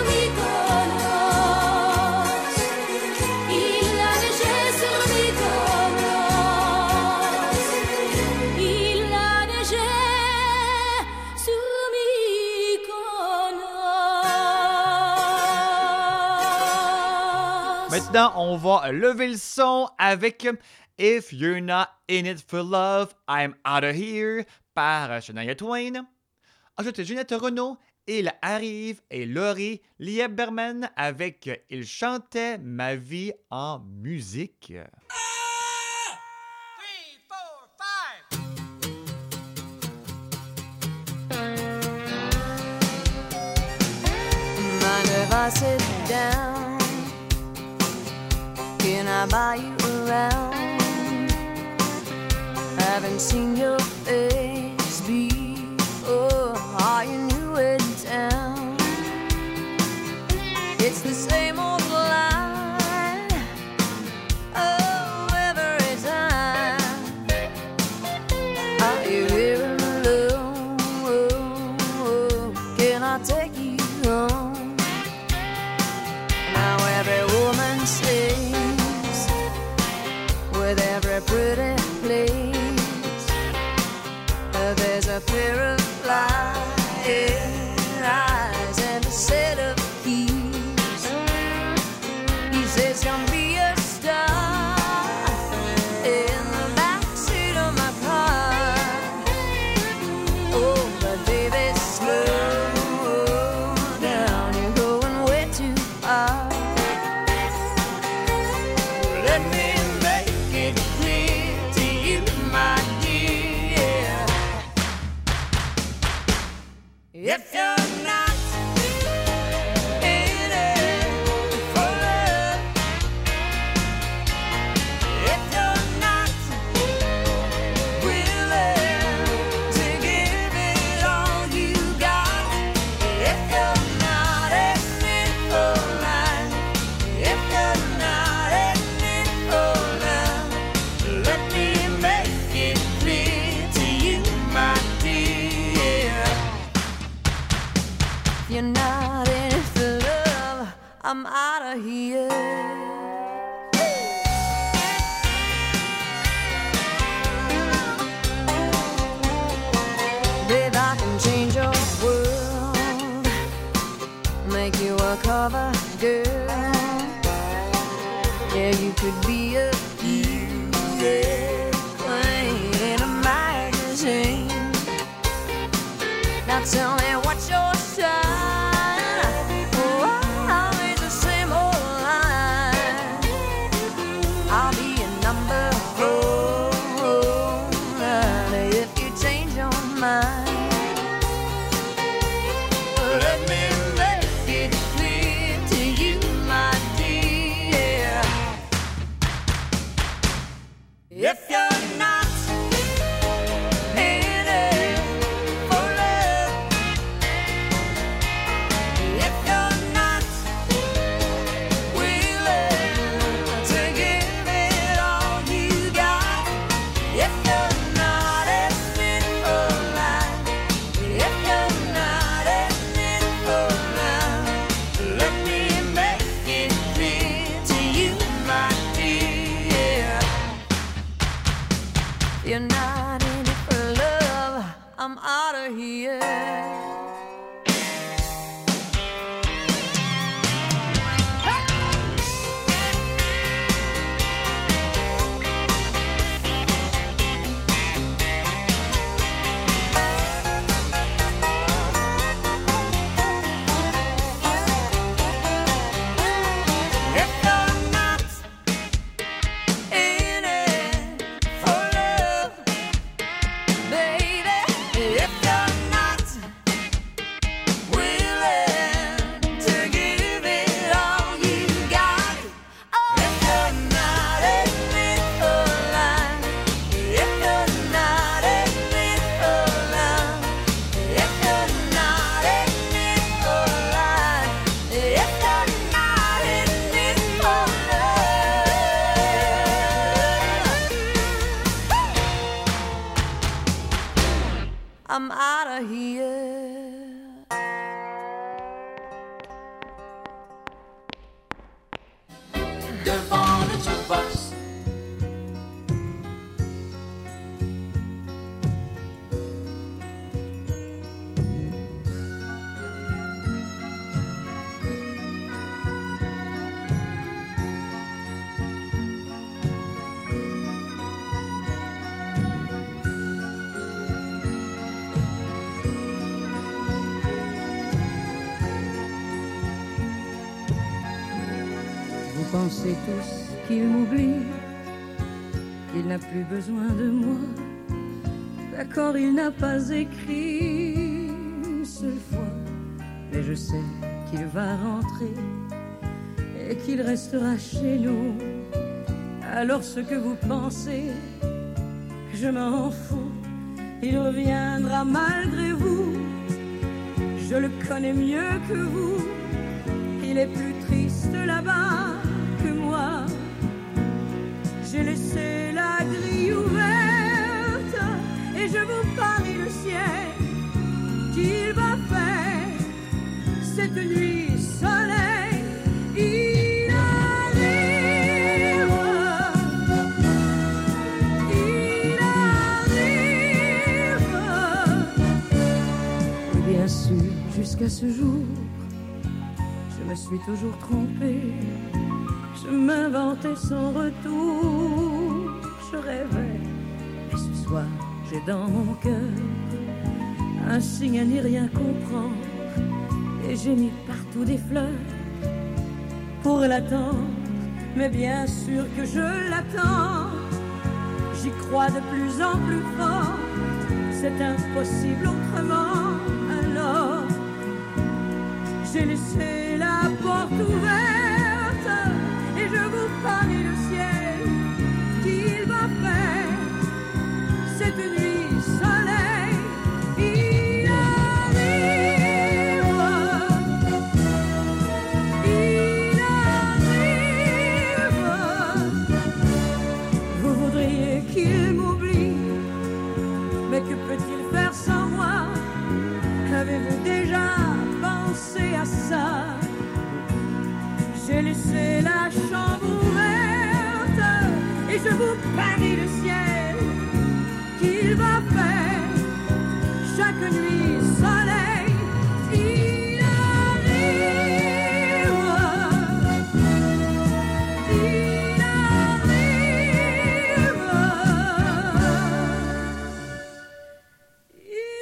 Mykonos, il a neigé sur Mykonos, il a neigé sur Mykonos. Maintenant, on va lever le son avec If You're Not In It For Love, I'm Outta Here par Shania Twain. Ensuite, Ginette Renault, Il arrive et Laurie Lieberman avec Il chantait ma vie en musique. Mind if I sit down? Can I buy you around? Haven't seen your face before. Are you new in town? It's the same old line. Oh, every time. Are you here alone? Can I take you home? Now every woman sings with every pretty place. Uh, There's a pair of flying eyes and a set of keys. He says, "Come be a star in the backseat of my car." Oh, but baby, slow down, you're going way too far. Let me make it clear to you, my dear. If I'm out of here. Babe, I can change your world, make you a cover girl. Yeah, you could be a queen in a magazine. Now tell me what's your sign? Oh, always the same old line. I'll be a number one if you change your mind. Let me make it clear to you, my dear. If you're not in it for love, if you're not willing to give it all you got, if you're not in it for life, if you're not in it for love, let me make it clear to you, my dear. You're not in it for love, I'm out of here. If you're not in it for love, baby, if you're not willing to give it all you got, if you're not in it for life, if you're not in it for love, if you're not in it for life, if you're not in it for love, I'm out of here. Devant le jukebox, Vous pensez tous qu'il m'oublie, qu'il n'a plus besoin de moi. D'accord, il n'a pas écrit une seule fois, mais je sais qu'il va rentrer et qu'il restera chez nous. Alors ce que vous pensez, je m'en fous, il reviendra malgré vous. Je le connais mieux que vous, il est plus triste là-bas que moi. J'ai laissé la grille ouverte et je vous parie le ciel qu'il va faire cette nuit soleil. Il arrive, il arrive. Et bien sûr, jusqu'à ce jour, je me suis toujours trompée. Je m'inventais son retour, je rêvais. Et ce soir, j'ai dans mon cœur un signe à n'y rien comprendre. Et j'ai mis partout des fleurs pour l'attendre. Mais bien sûr que je l'attends, j'y crois de plus en plus fort. C'est impossible autrement. Alors, j'ai laissé la porte ouverte et je vous parie le ciel qu'il va faire cette nuit soleil. Il arrive, il arrive. Vous voudriez qu'il m'oublie, mais que peut-il faire sans moi? Avez-vous déjà pensé à ça? J'ai laissé la chambre ouverte et je vous parie le ciel qu'il va faire chaque nuit soleil. Il arrive, il arrive, il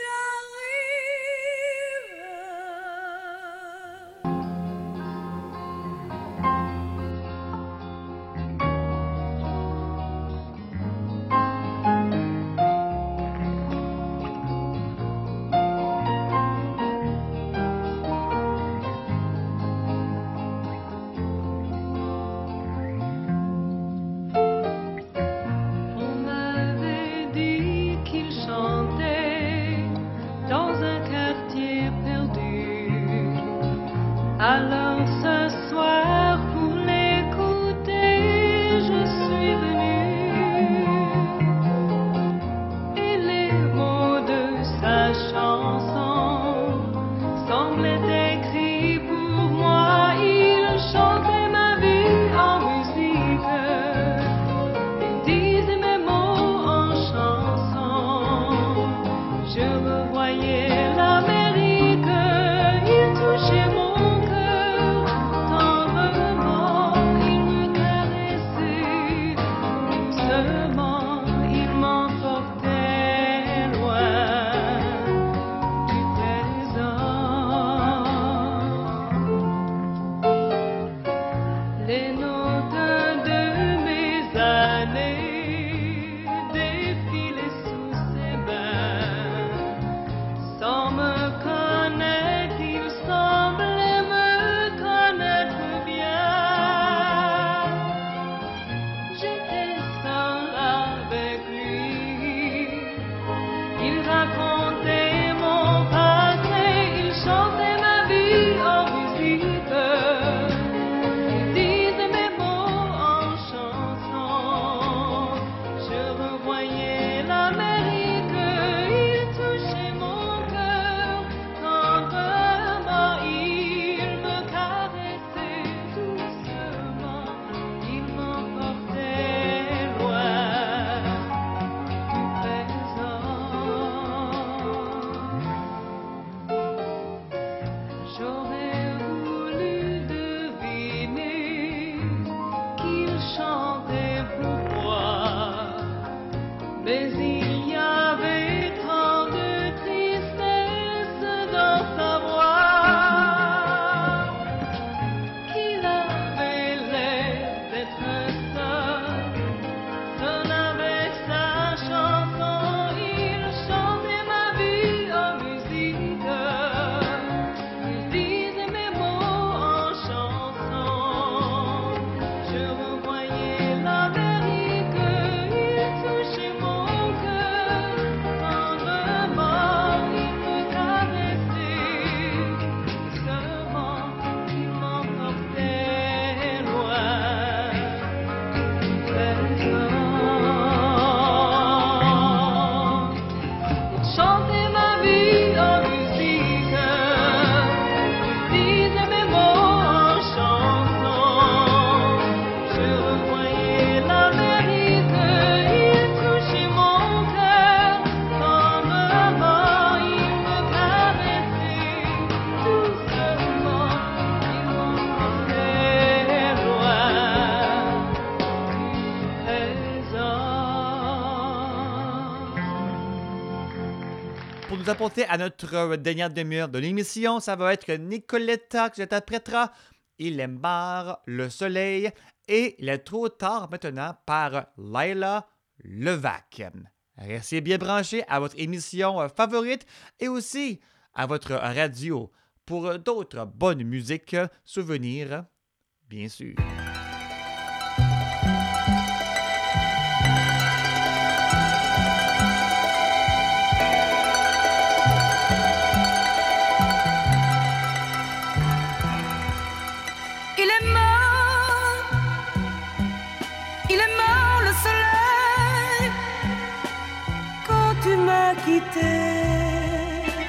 On m'avait dit qu'il chantait dans un quartier perdu. Alors ce soir pour l'écouter, je suis venue. Et les mots de sa chanson semblaient écrits pour moi. Il chantait ma vie en musique. Disait mes mots en chanson. Je revoyais l'Amérique, il touchait mon cœur tendrement, il me caressait doucement, il m'emportait loin du présent. Les notes de mes années défilaient sous ses mains. Sans me connaître, il semblait me connaître bien. J'étais seule avec lui. Il racontait mon passé, il chantait ma vie en musique. Il disait mes mots en chanson. Je revoyais l'Amérique, il touchait mon cœur tendrement, il me caressait doucement, il m'emportait loin du présent. J'aurais voulu deviner qu'il chantait pour moi, mais il y avait tant de tristesse dans sa voix qu'il avait l'air d'être seul, seul avec sa chanson. Il chantait ma vie en musique, il disait mes mots en chanson. Je revoyais l'Amérique, il touchait mon cœur tendrement, il me caressait doucement, il m'emportait loin du présent. Il chantait ma vie en musique, il disait mes mots en chanson. Je revoyais l'Amérique, il touchait mon cœur tendrement, il me caressait doucement, il m'emportait loin du présent. Pour nous apporter à notre euh, dernière demi-heure de l'émission, ça va être Nicoletta qui interprétera Il aime barre le soleil et Il est trop tard maintenant par Laila Levac. Restez bien branchés à votre émission euh, favorite et aussi à votre radio pour euh, d'autres bonnes musiques, euh, souvenirs, bien sûr. Il est mort, il est mort le soleil quand tu m'as quitté.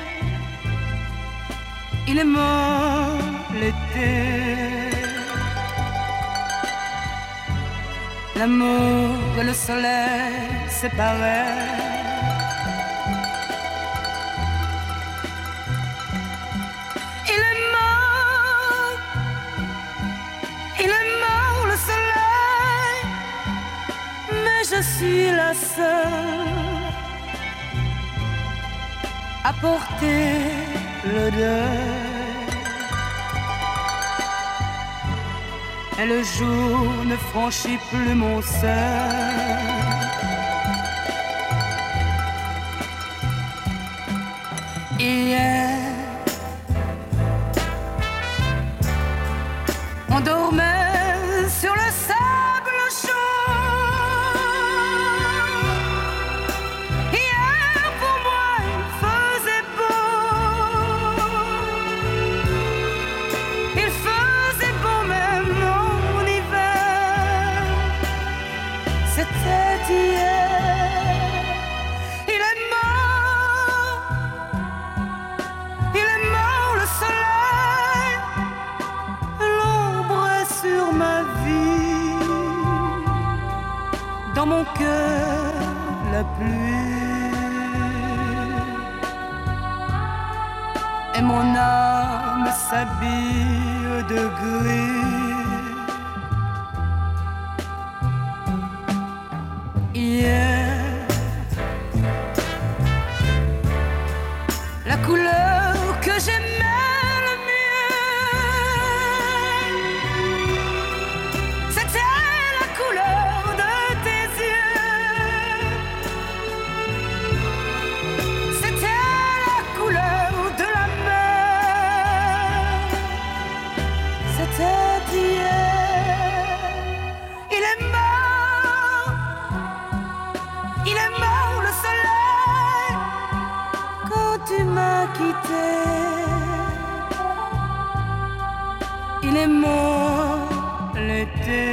Il est mort l'été L'amour et le soleil séparés. Il est mort, il est mort le soleil, mais je suis la seule à porter le deuil. Et le jour ne franchit plus mon seuil. Hier, on dormait sur le sable chaud. Hier, pour moi, il faisait beau. Il faisait beau même en hiver. C'était hier. Il est mort. Il est mort le soleil. L'ombre est sur ma vie. Dans mon cœur, la pluie. Et mon âme s'habille de gris. Hier, la couleur que j'aimais le mieux, c'était la couleur de tes yeux. C'était la couleur de la mer. C'était hier. Il est mort. Il est mort le soleil quand tu m'as quitté. Il est mort l'été.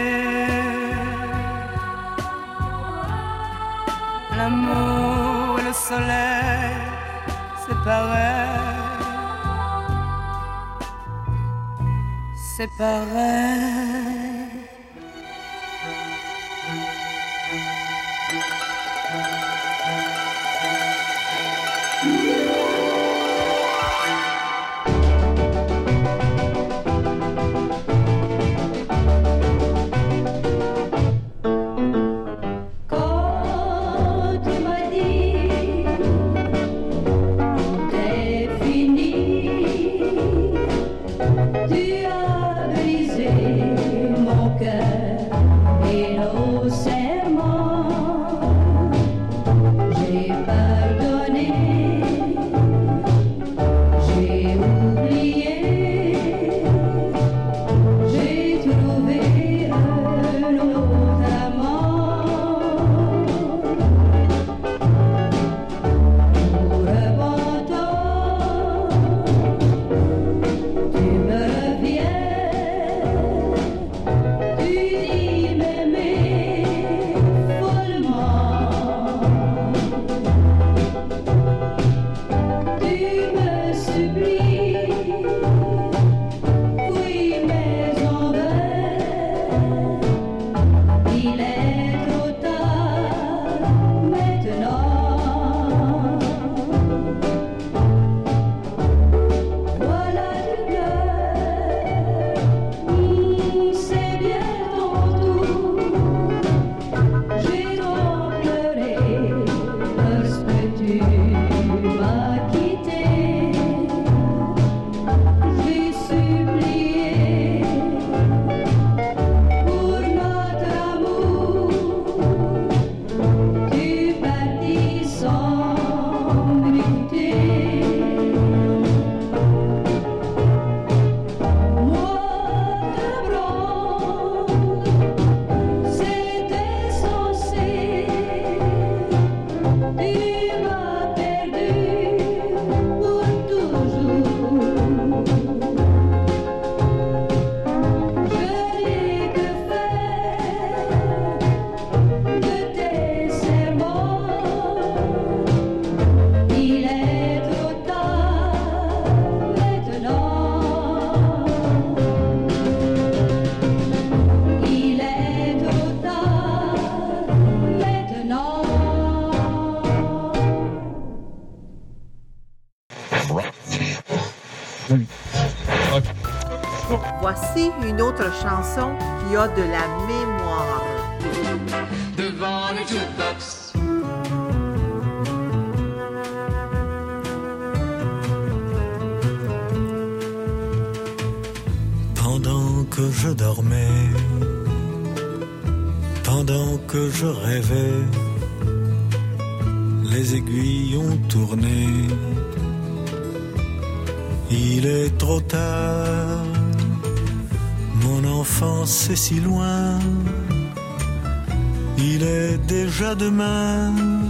L'amour et le soleil, c'est pareil. C'est pareil. Quand tu m'as dit t'es fini, tu as brisé mon Voici une autre chanson qui a de la mémoire. Devant le jukebox. Pendant que je dormais, pendant que je rêvais, les aiguilles ont tourné. Il est trop tard, mon enfance est si loin. Il est déjà demain,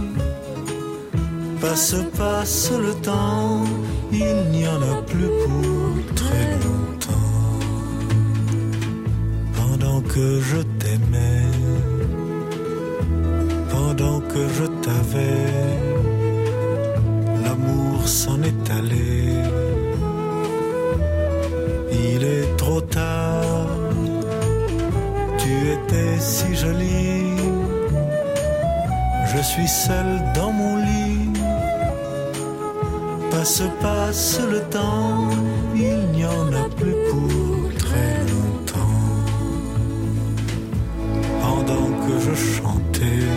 passe, passe le temps, il n'y en a plus pour très longtemps. Pendant que je t'aimais, pendant que je t'avais, l'amour s'en est allé. Il est trop tard, tu étais si jolie. Je suis seul dans mon lit. Passe, passe le temps, il n'y en a plus pour très longtemps. Pendant que je chantais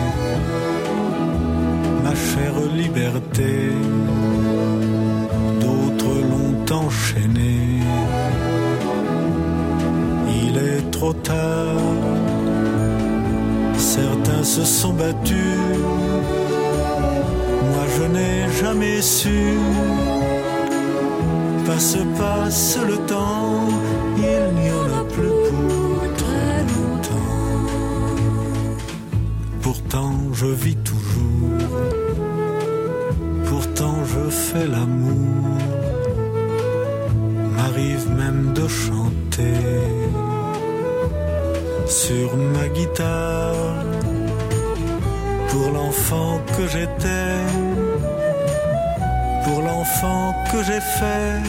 ma chère liberté, d'autres l'ont enchaîné. Il est trop tard, certains se sont battus, moi je n'ai jamais su. Passe, passe le temps, il n'y en a plus pour très longtemps. Pourtant je vis toujours, pourtant je fais l'amour, m'arrive même de chanter sur ma guitare pour l'enfant que j'étais, pour l'enfant que j'ai fait.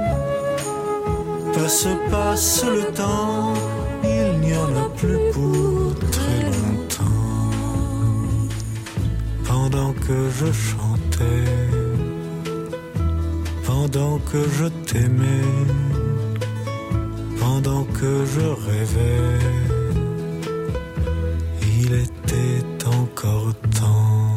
Passe, passe le temps, il n'y en a plus pour très longtemps. Pendant que je chantais, pendant que je t'aimais, pendant que je rêvais, il était encore temps.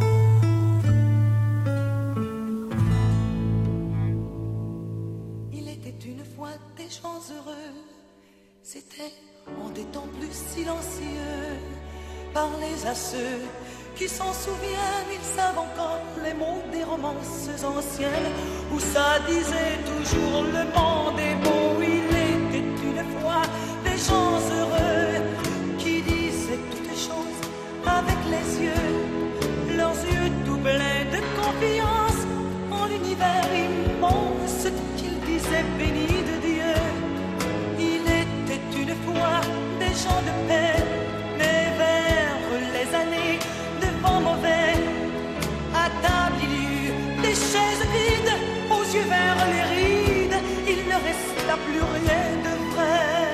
Il était une fois des gens heureux, c'était en des temps plus silencieux. Parlez à ceux qui s'en souviennent, ils savent encore les mots des romances anciennes, où ça disait toujours le monde est beau. Il était une fois des gens heureux qui disaient toutes les choses avec les yeux, leurs yeux tout pleins de confiance en l'univers immense qu'ils disaient béni de Dieu. Il était une fois des gens de paix, mais vers les années de vent mauvais, à table il y eut des chaises vides, aux yeux vers les rides, il ne resta plus rien de vrai.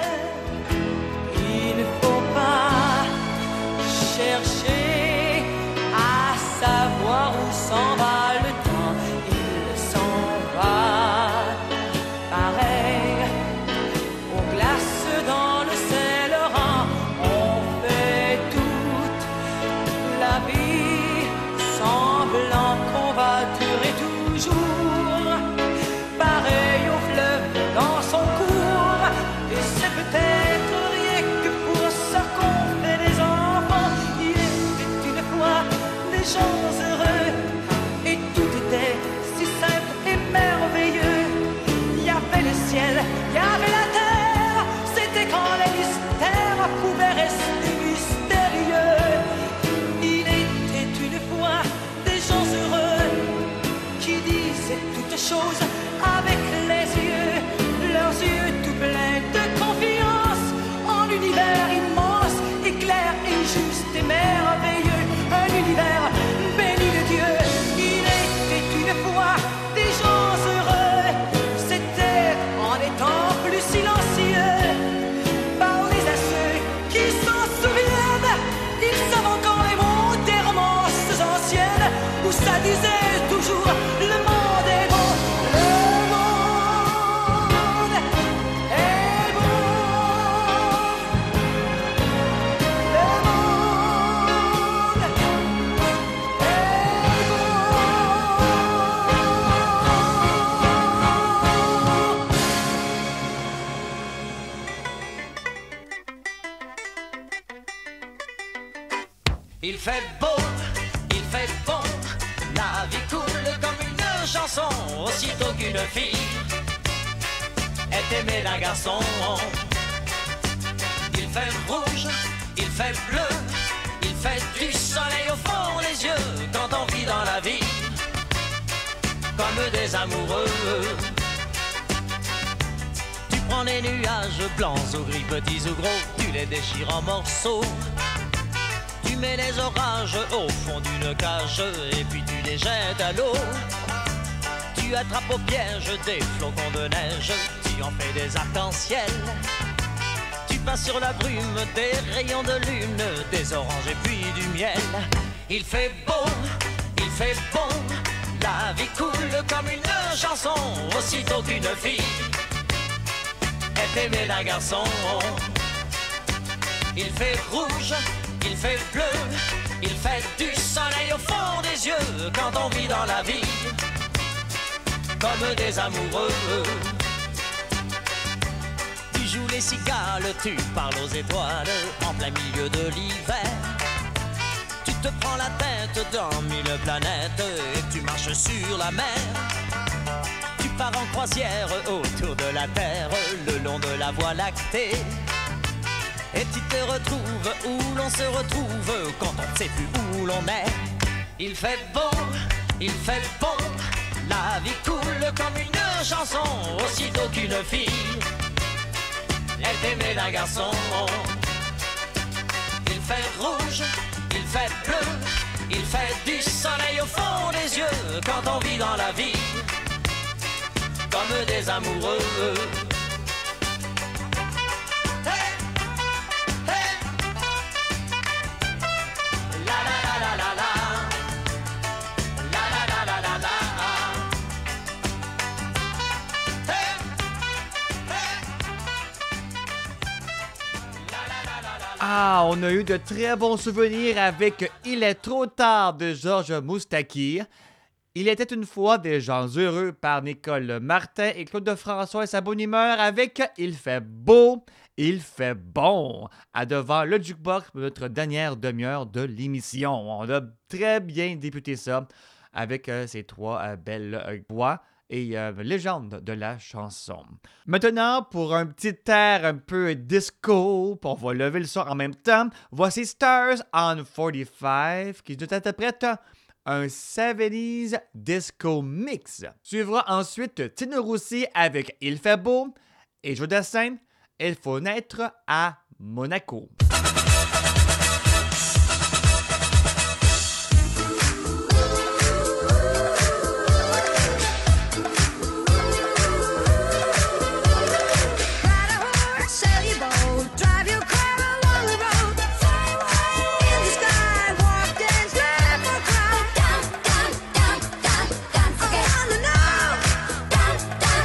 Il ne faut pas chercher à savoir où s'en va le temps, il s'en va pareil aux glaces dans le Saint-Laurent. On fait toute la vie semblant qu'on va durer toujours, pareil au fleuve dans son cours. Et c'est peut-être rien que pour ça qu'on fait des enfants. Il était une fois des gens heureux, et tout était si simple et merveilleux. Il y avait le ciel, il y avait la terre, c'était quand les mystères pouvaient rester mystérieux. Il était une fois des gens heureux qui disaient toutes choses avec les yeux, leurs yeux tout pleins de confiance en l'univers immense et clair et juste et merveilleux, un univers béni de Dieu. Il était une fois des gens heureux, c'était en étant plus silencieux. Parlez à ceux qui s'en souviennent, ils savent encore les mots des romances anciennes, où ça disait toujours le monde est beau, le monde est beau. comme une chanson, aussitôt qu'une fille est aimée d'un garçon. Il fait rouge, il fait bleu, il fait du soleil au fond des yeux quand on vit dans la vie comme des amoureux. Tu prends les nuages blancs ou gris, petits ou gros, tu les déchires en morceaux. Tu mets les orages au fond d'une cage et puis tu les jettes à l'eau. Tu attrapes au piège des flocons de neige, tu en fais des arcs-en-ciel. Tu passes sur la brume des rayons de lune, des oranges et puis du miel. Il fait beau, il fait bon, la vie coule comme une chanson, aussitôt qu'une fille est aimée d'un garçon. Il fait rouge, il fait bleu, il fait du soleil au fond des yeux quand on vit dans la vie comme des amoureux. Tu joues les cigales, tu parles aux étoiles en plein milieu de l'hiver. Tu te prends la tête dans mille planètes et tu marches sur la mer. Tu pars en croisière autour de la Terre, le long de la voie lactée. Et tu te retrouves où l'on se retrouve quand on ne sait plus où l'on est. Il fait beau, il fait bon, la vie coule comme une chanson, aussitôt qu'une fille est aimée d'un garçon. Il fait rouge, il fait bleu, il fait du soleil au fond des yeux quand on vit dans la vie comme des amoureux. Ah, on a eu de très bons souvenirs avec Il est trop tard de Georges Moustaki. Il était une fois des gens heureux par Nicole Martin et Claude François et sa bonne humeur avec Il fait beau, il fait bon, à devant le jukebox de notre dernière demi-heure de l'émission. On a très bien débuté ça avec euh, ces trois euh, belles euh, voix et euh, légende de la chanson. Maintenant, pour un petit air un peu disco, on va lever le son en même temps, voici Stars on quarante-cinq qui nous interprète un soixante-dix disco mix. Suivra ensuite Tino Rossi avec Il fait beau et Joe Dassin, Il faut naître à Monaco.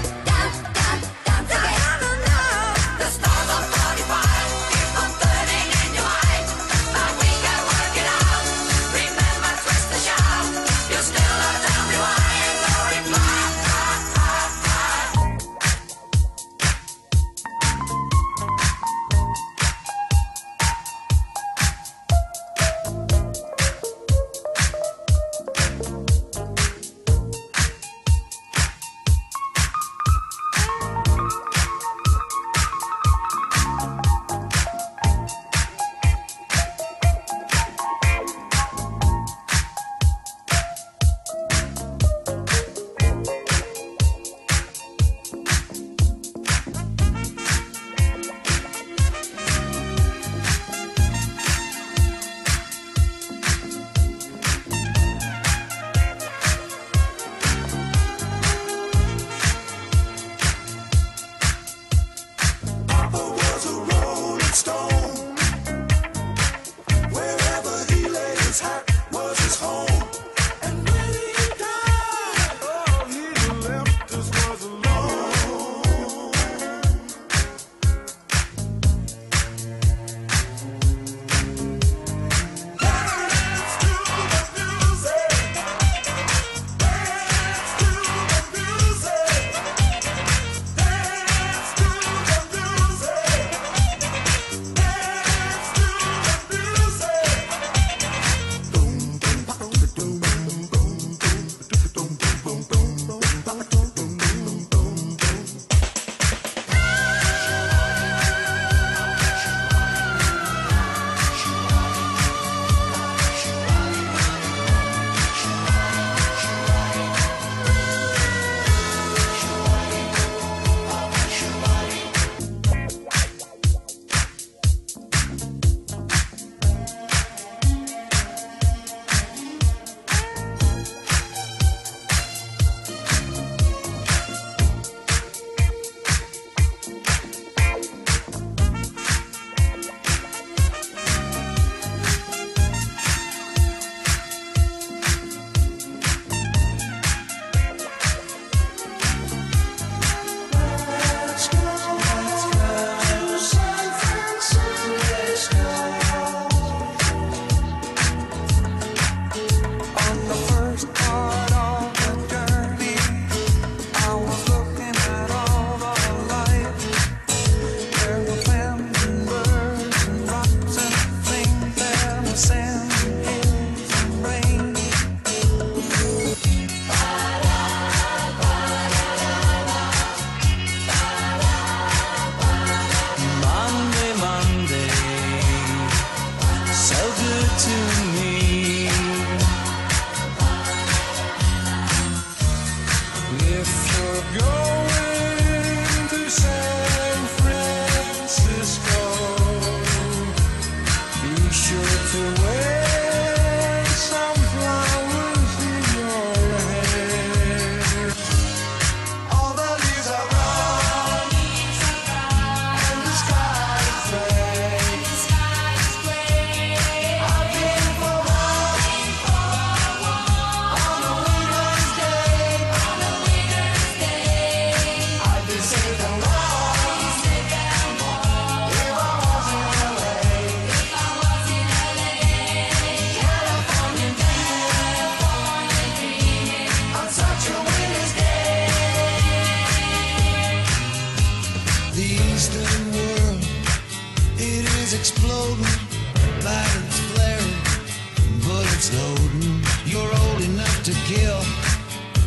The stars are forty-five, keep on turning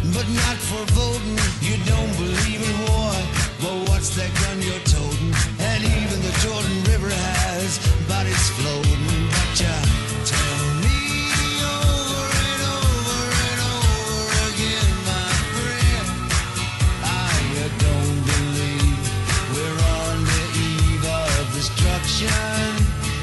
but not for voting. You don't believe in war, well, what's that gun you're toting? And even the Jordan River has bodies floating. But you tell me over and over and over again, my friend, ah, you don't believe we're on the eve of destruction.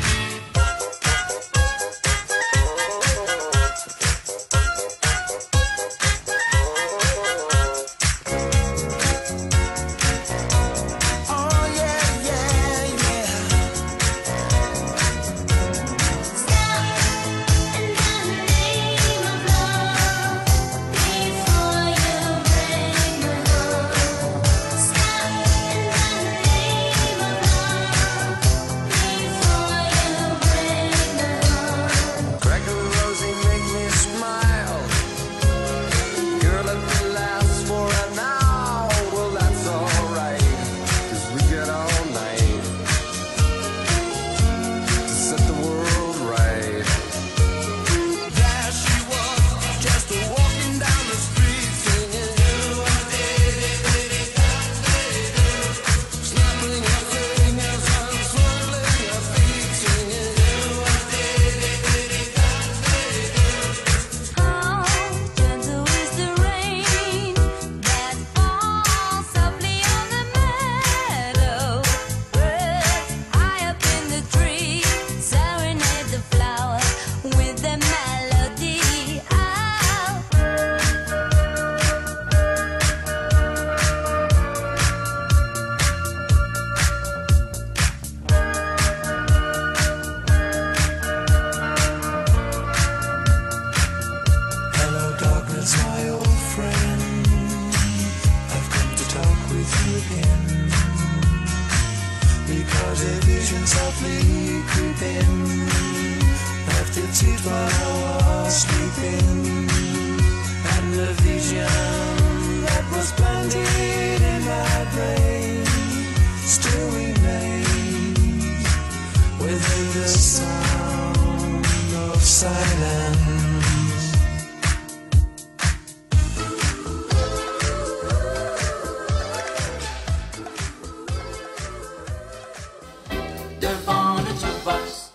Devant le jukebox.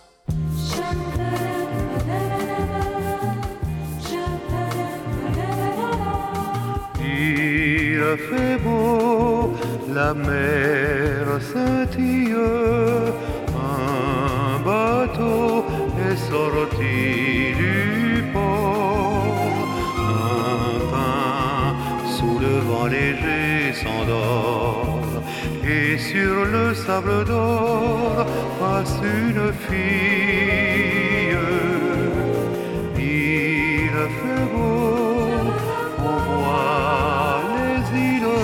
Il fait beau, la mer scintille, un bateau est sorti du port, un pain sous le vent léger s'endort, et sur le sable d'or passe une fille. Il fait beau, on voit les îles,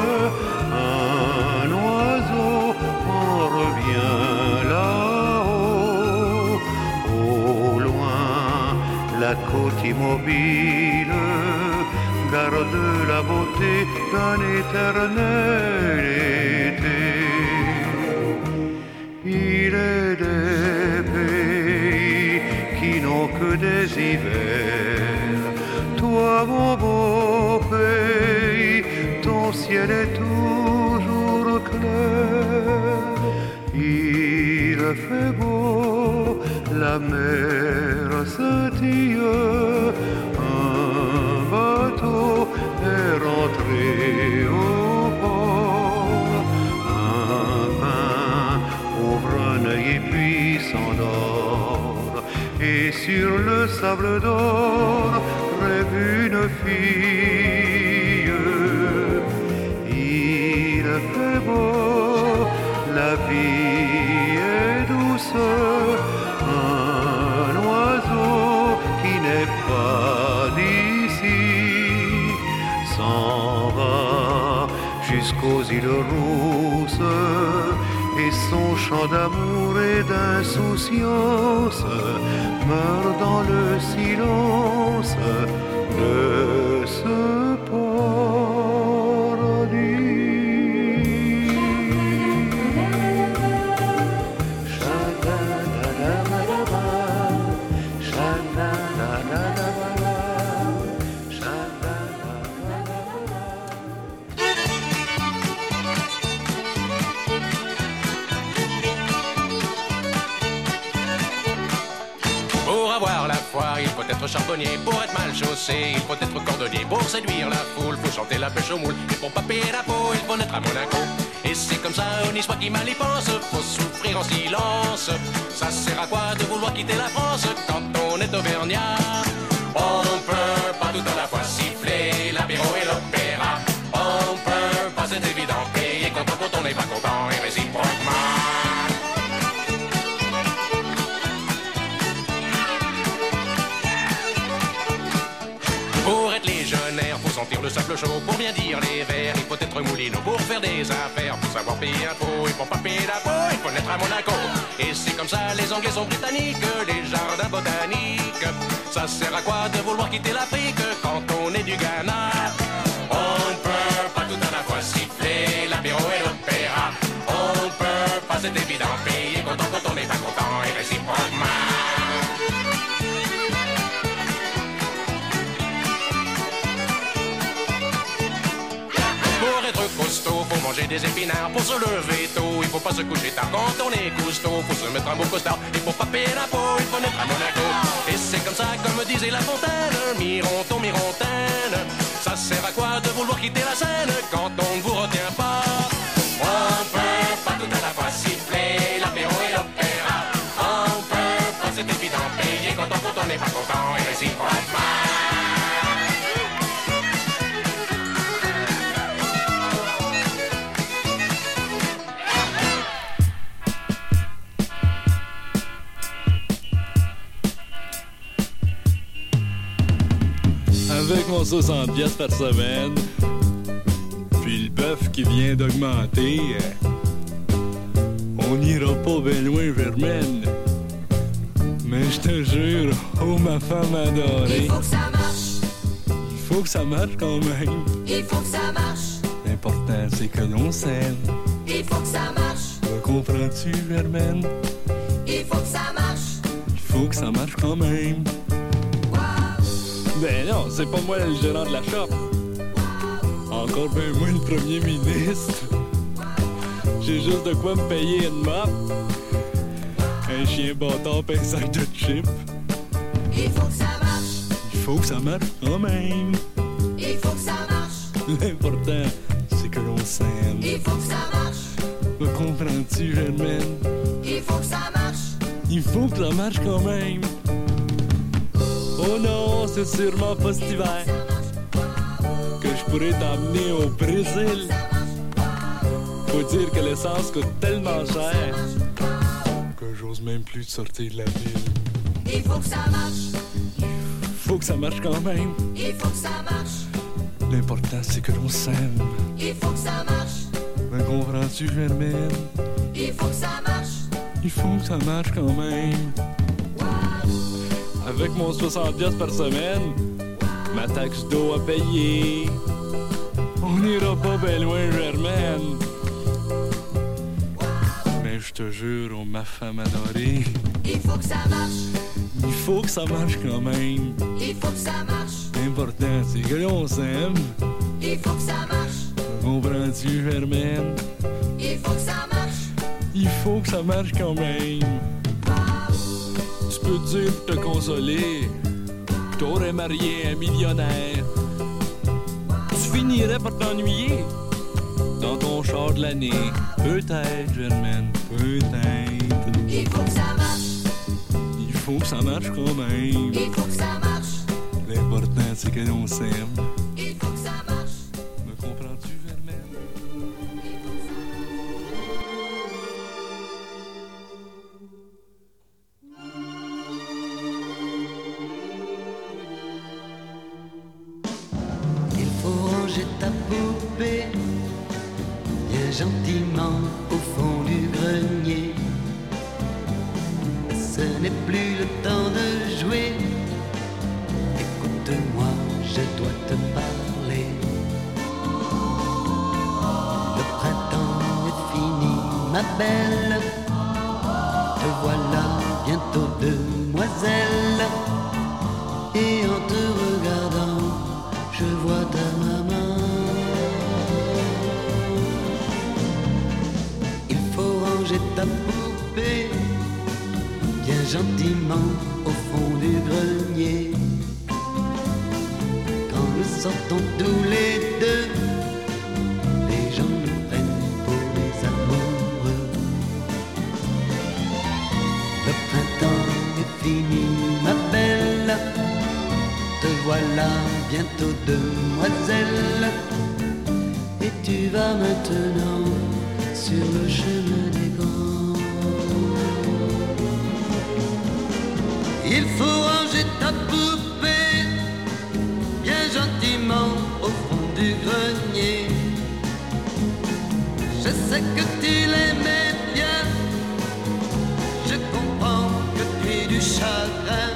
un oiseau en revient là-haut. Au loin, la côte immobile garde la beauté d'un éternel été. Il est des pays qui n'ont que des hivers. Toi, mon beau pays, ton ciel est toujours clair. Il fait beau, la mer scintille, un bateau est rentré au port. Un pain ouvre un œil et puis s'endort, et sur le sable d'or rêve une fille. Il fait beau, la vie est douce, un oiseau qui n'est pas d'ici s'en va jusqu'aux îles rousses, et son chant d'amour et d'insouciance meurt dans le silence de ce paradis. pas, il faut être charbonnier pour être mal chaussé, il faut être cordonnier pour séduire la foule, faut chanter la pêche au moule, et pour paper la peau, il faut naître à Monaco. Et c'est comme ça, on y soit qui mal y pense, faut souffrir en silence. Ça sert à quoi de vouloir quitter la France quand on est auvergnat? On peut pas tout à la fois siffler l'apéro et l'opéra. On peut pas, c'est évident, payer content quand on n'est pas content et réciproquement. Pour être légionnaire, faut sentir le sable chaud. Pour bien dire les vers, il faut être moulinot. Pour faire des affaires, faut savoir payer un pot. Et pour pas payer la peau, il faut naître à Monaco. Et c'est comme ça, les Anglais sont britanniques, les jardins botaniques. Ça sert à quoi de vouloir quitter l'Afrique quand on est du Ghana? On ne peut pas tout à la fois siffler l'apéro et l'opéra. On peut pas, c'est évident, payer content quand on n'est pas content et réciproquement. Costaud, faut manger des épinards pour se lever tôt. Il faut pas se coucher tard quand on est costaud. Faut se mettre un beau costard et pour pas payer la peau, il faut naître à Monaco. Et c'est comme ça, comme disait La Fontaine, Mironton, Mirontaine. Ça sert à quoi de vouloir quitter la scène quand on ne vous retient pas? On peut pas tout à la fois siffler l'apéro et l'opéra. On peut pas, c'est évident, payer content quand on n'est pas content et réciproquement. Avec mon soixante piastres par semaine, puis le bœuf qui vient d'augmenter, on n'ira pas bien loin, Vermaine. Mais je te jure, oh ma femme adorée, il faut que ça marche. Il faut que ça marche quand même. Il faut que ça marche. L'important c'est que l'on s'aime. Il faut que ça marche. Me comprends-tu, Vermaine? Il faut que ça marche. Il faut que ça marche quand même. Ben non, c'est pas moi le gérant de la shop. Encore ben moi le premier ministre. J'ai juste de quoi me payer une mop, un chien bâtard pis un sac de chips. Il faut que ça marche. Il faut que ça marche quand même. Il faut que ça marche. L'important, c'est que l'on s'aime. Il faut que ça marche. Me comprends-tu, Germaine? Il faut que ça marche. Il faut que ça marche quand même. Oh non, c'est sûrement pas cet hiver que je pourrais t'emmener au Brésil. Faut dire que l'essence coûte tellement cher que j'ose même plus sortir de la ville. Il faut que ça marche. Faut que ça marche quand même. Il faut que ça marche. L'important c'est que l'on s'aime. Il faut que ça marche. Me comprends-tu, Germaine? Il faut que ça marche. Il faut que ça marche quand même. Avec mon soixante piastres par semaine, ma taxe d'eau à payer, on n'ira pas bien loin, Germaine. Mais je te jure, oh ma femme adorée, il faut que ça marche. Il faut que ça marche quand même. Il faut que ça marche. L'important, c'est que l'on s'aime. Il faut que ça marche. Comprends-tu, Germaine? Il faut que ça marche. Il faut que ça marche quand même. Tu peux dire pour te consoler que t'aurais marié un millionnaire. Tu finirais par t'ennuyer dans ton char de l'année. Peut-être, Germaine, peut-être. Il faut que ça marche. Il faut que ça marche quand même. Il faut que ça marche. L'important, c'est que l'on s'aime. Il faut que ça marche. Me comprends-tu, Germaine? Il faut ranger ta poupée bien gentiment au fond du grenier. Ce n'est plus le temps de jouer. Écoute-moi, je dois te parler. Le printemps est fini, ma belle. Te voilà bientôt demoiselle. Et en te regardant, je vois ta maman. Il faut ranger ta poupée bien gentiment au fond du grenier. grenier. Quand nous sortons tous les deux, les gens nous prennent pour des amoureux. Le printemps est fini, ma belle, te voilà bientôt demoiselle. Et tu vas maintenant sur le chemin des grands. Il faut ranger ta poupée bien gentiment au fond du grenier. Je sais que tu l'aimais bien, je comprends que tu aies du chagrin.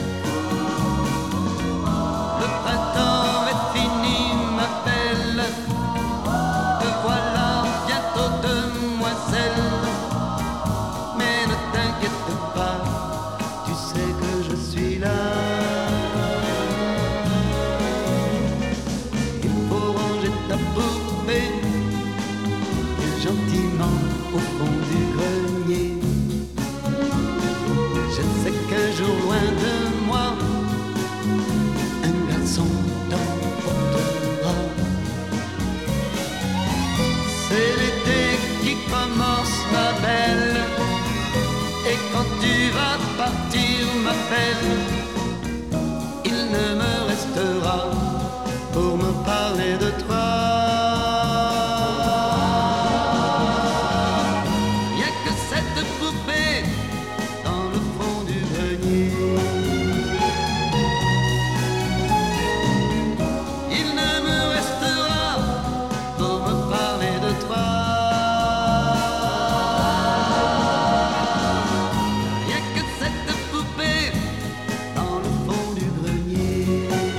Le printemps est fini, ma belle, te voilà bientôt demoiselle. Mais ne t'inquiète pas, tu sais que je suis là. Il faut ranger ta poupée gentiment au fond du grenier. Je sais qu'un jour loin de moi, un garçon t'emportera. C'est l'été qui commence, ma belle, et quand tu vas partir, ma belle, il ne me restera pour me parler de toi. Y a que cette poupée dans le fond du grenier. Il ne me restera pour me parler de toi. Y a que cette poupée dans le fond du grenier.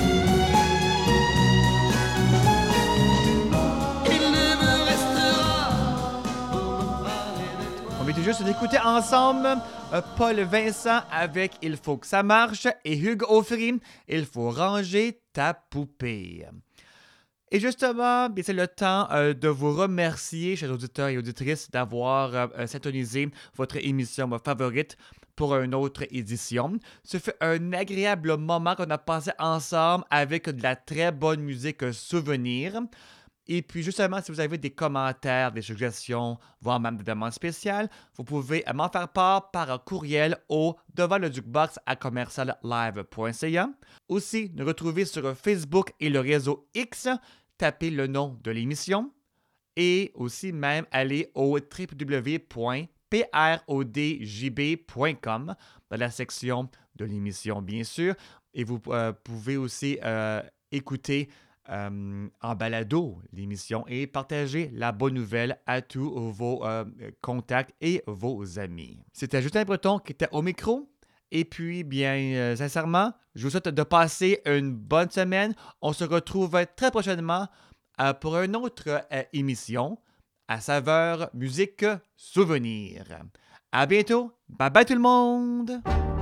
Il ne me restera pour me parler de toi. On vient tout juste d'écouter ensemble euh, Paul Vincent avec Il faut que ça marche et Hugues Aufry, Il faut ranger ta poupée. Et justement, bien, c'est le temps euh, de vous remercier, chers auditeurs et auditrices, d'avoir euh, syntonisé votre émission euh, favorite pour une autre édition. Ce fut un agréable moment qu'on a passé ensemble avec de la très bonne musique euh, souvenir. Et puis justement, si vous avez des commentaires, des suggestions, voire même des demandes spéciales, vous pouvez m'en faire part par courriel au devant le jukebox à commercial live point c a. Aussi, nous retrouver sur Facebook et le réseau X, tapez le nom de l'émission. Et aussi même aller au w w w point prodjb point com dans la section de l'émission, bien sûr. Et vous euh, pouvez aussi euh, écouter Euh, en balado l'émission et partager la bonne nouvelle à tous vos euh, contacts et vos amis. C'était Justin Breton qui était au micro. Et puis, bien euh, sincèrement, je vous souhaite de passer une bonne semaine. On se retrouve très prochainement euh, pour une autre euh, émission à saveur musique souvenir. À bientôt. Bye bye tout le monde.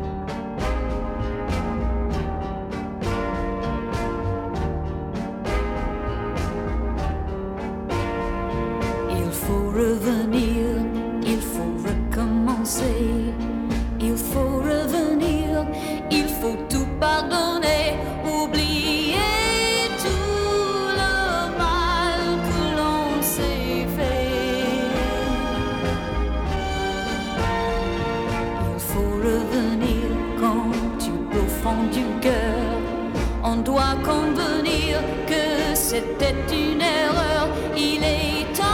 Il faut revenir, il faut recommencer, il faut revenir, il faut tout pardonner, oublier tout le mal que l'on s'est fait. Il faut revenir quand tu au fond du cœur, on doit convenir que c'était une erreur, il est temps.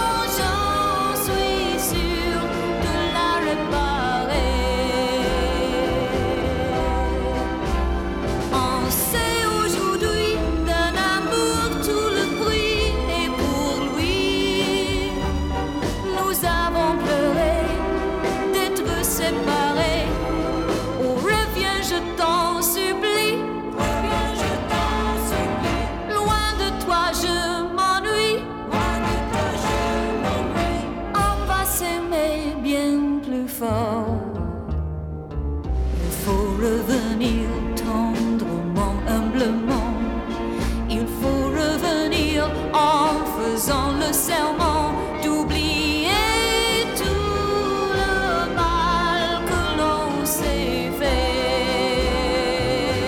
Il faut revenir tendrement, humblement. Il faut revenir en faisant le serment d'oublier tout le mal que l'on s'est fait.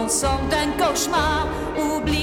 on sort d'un cauchemar. Oublie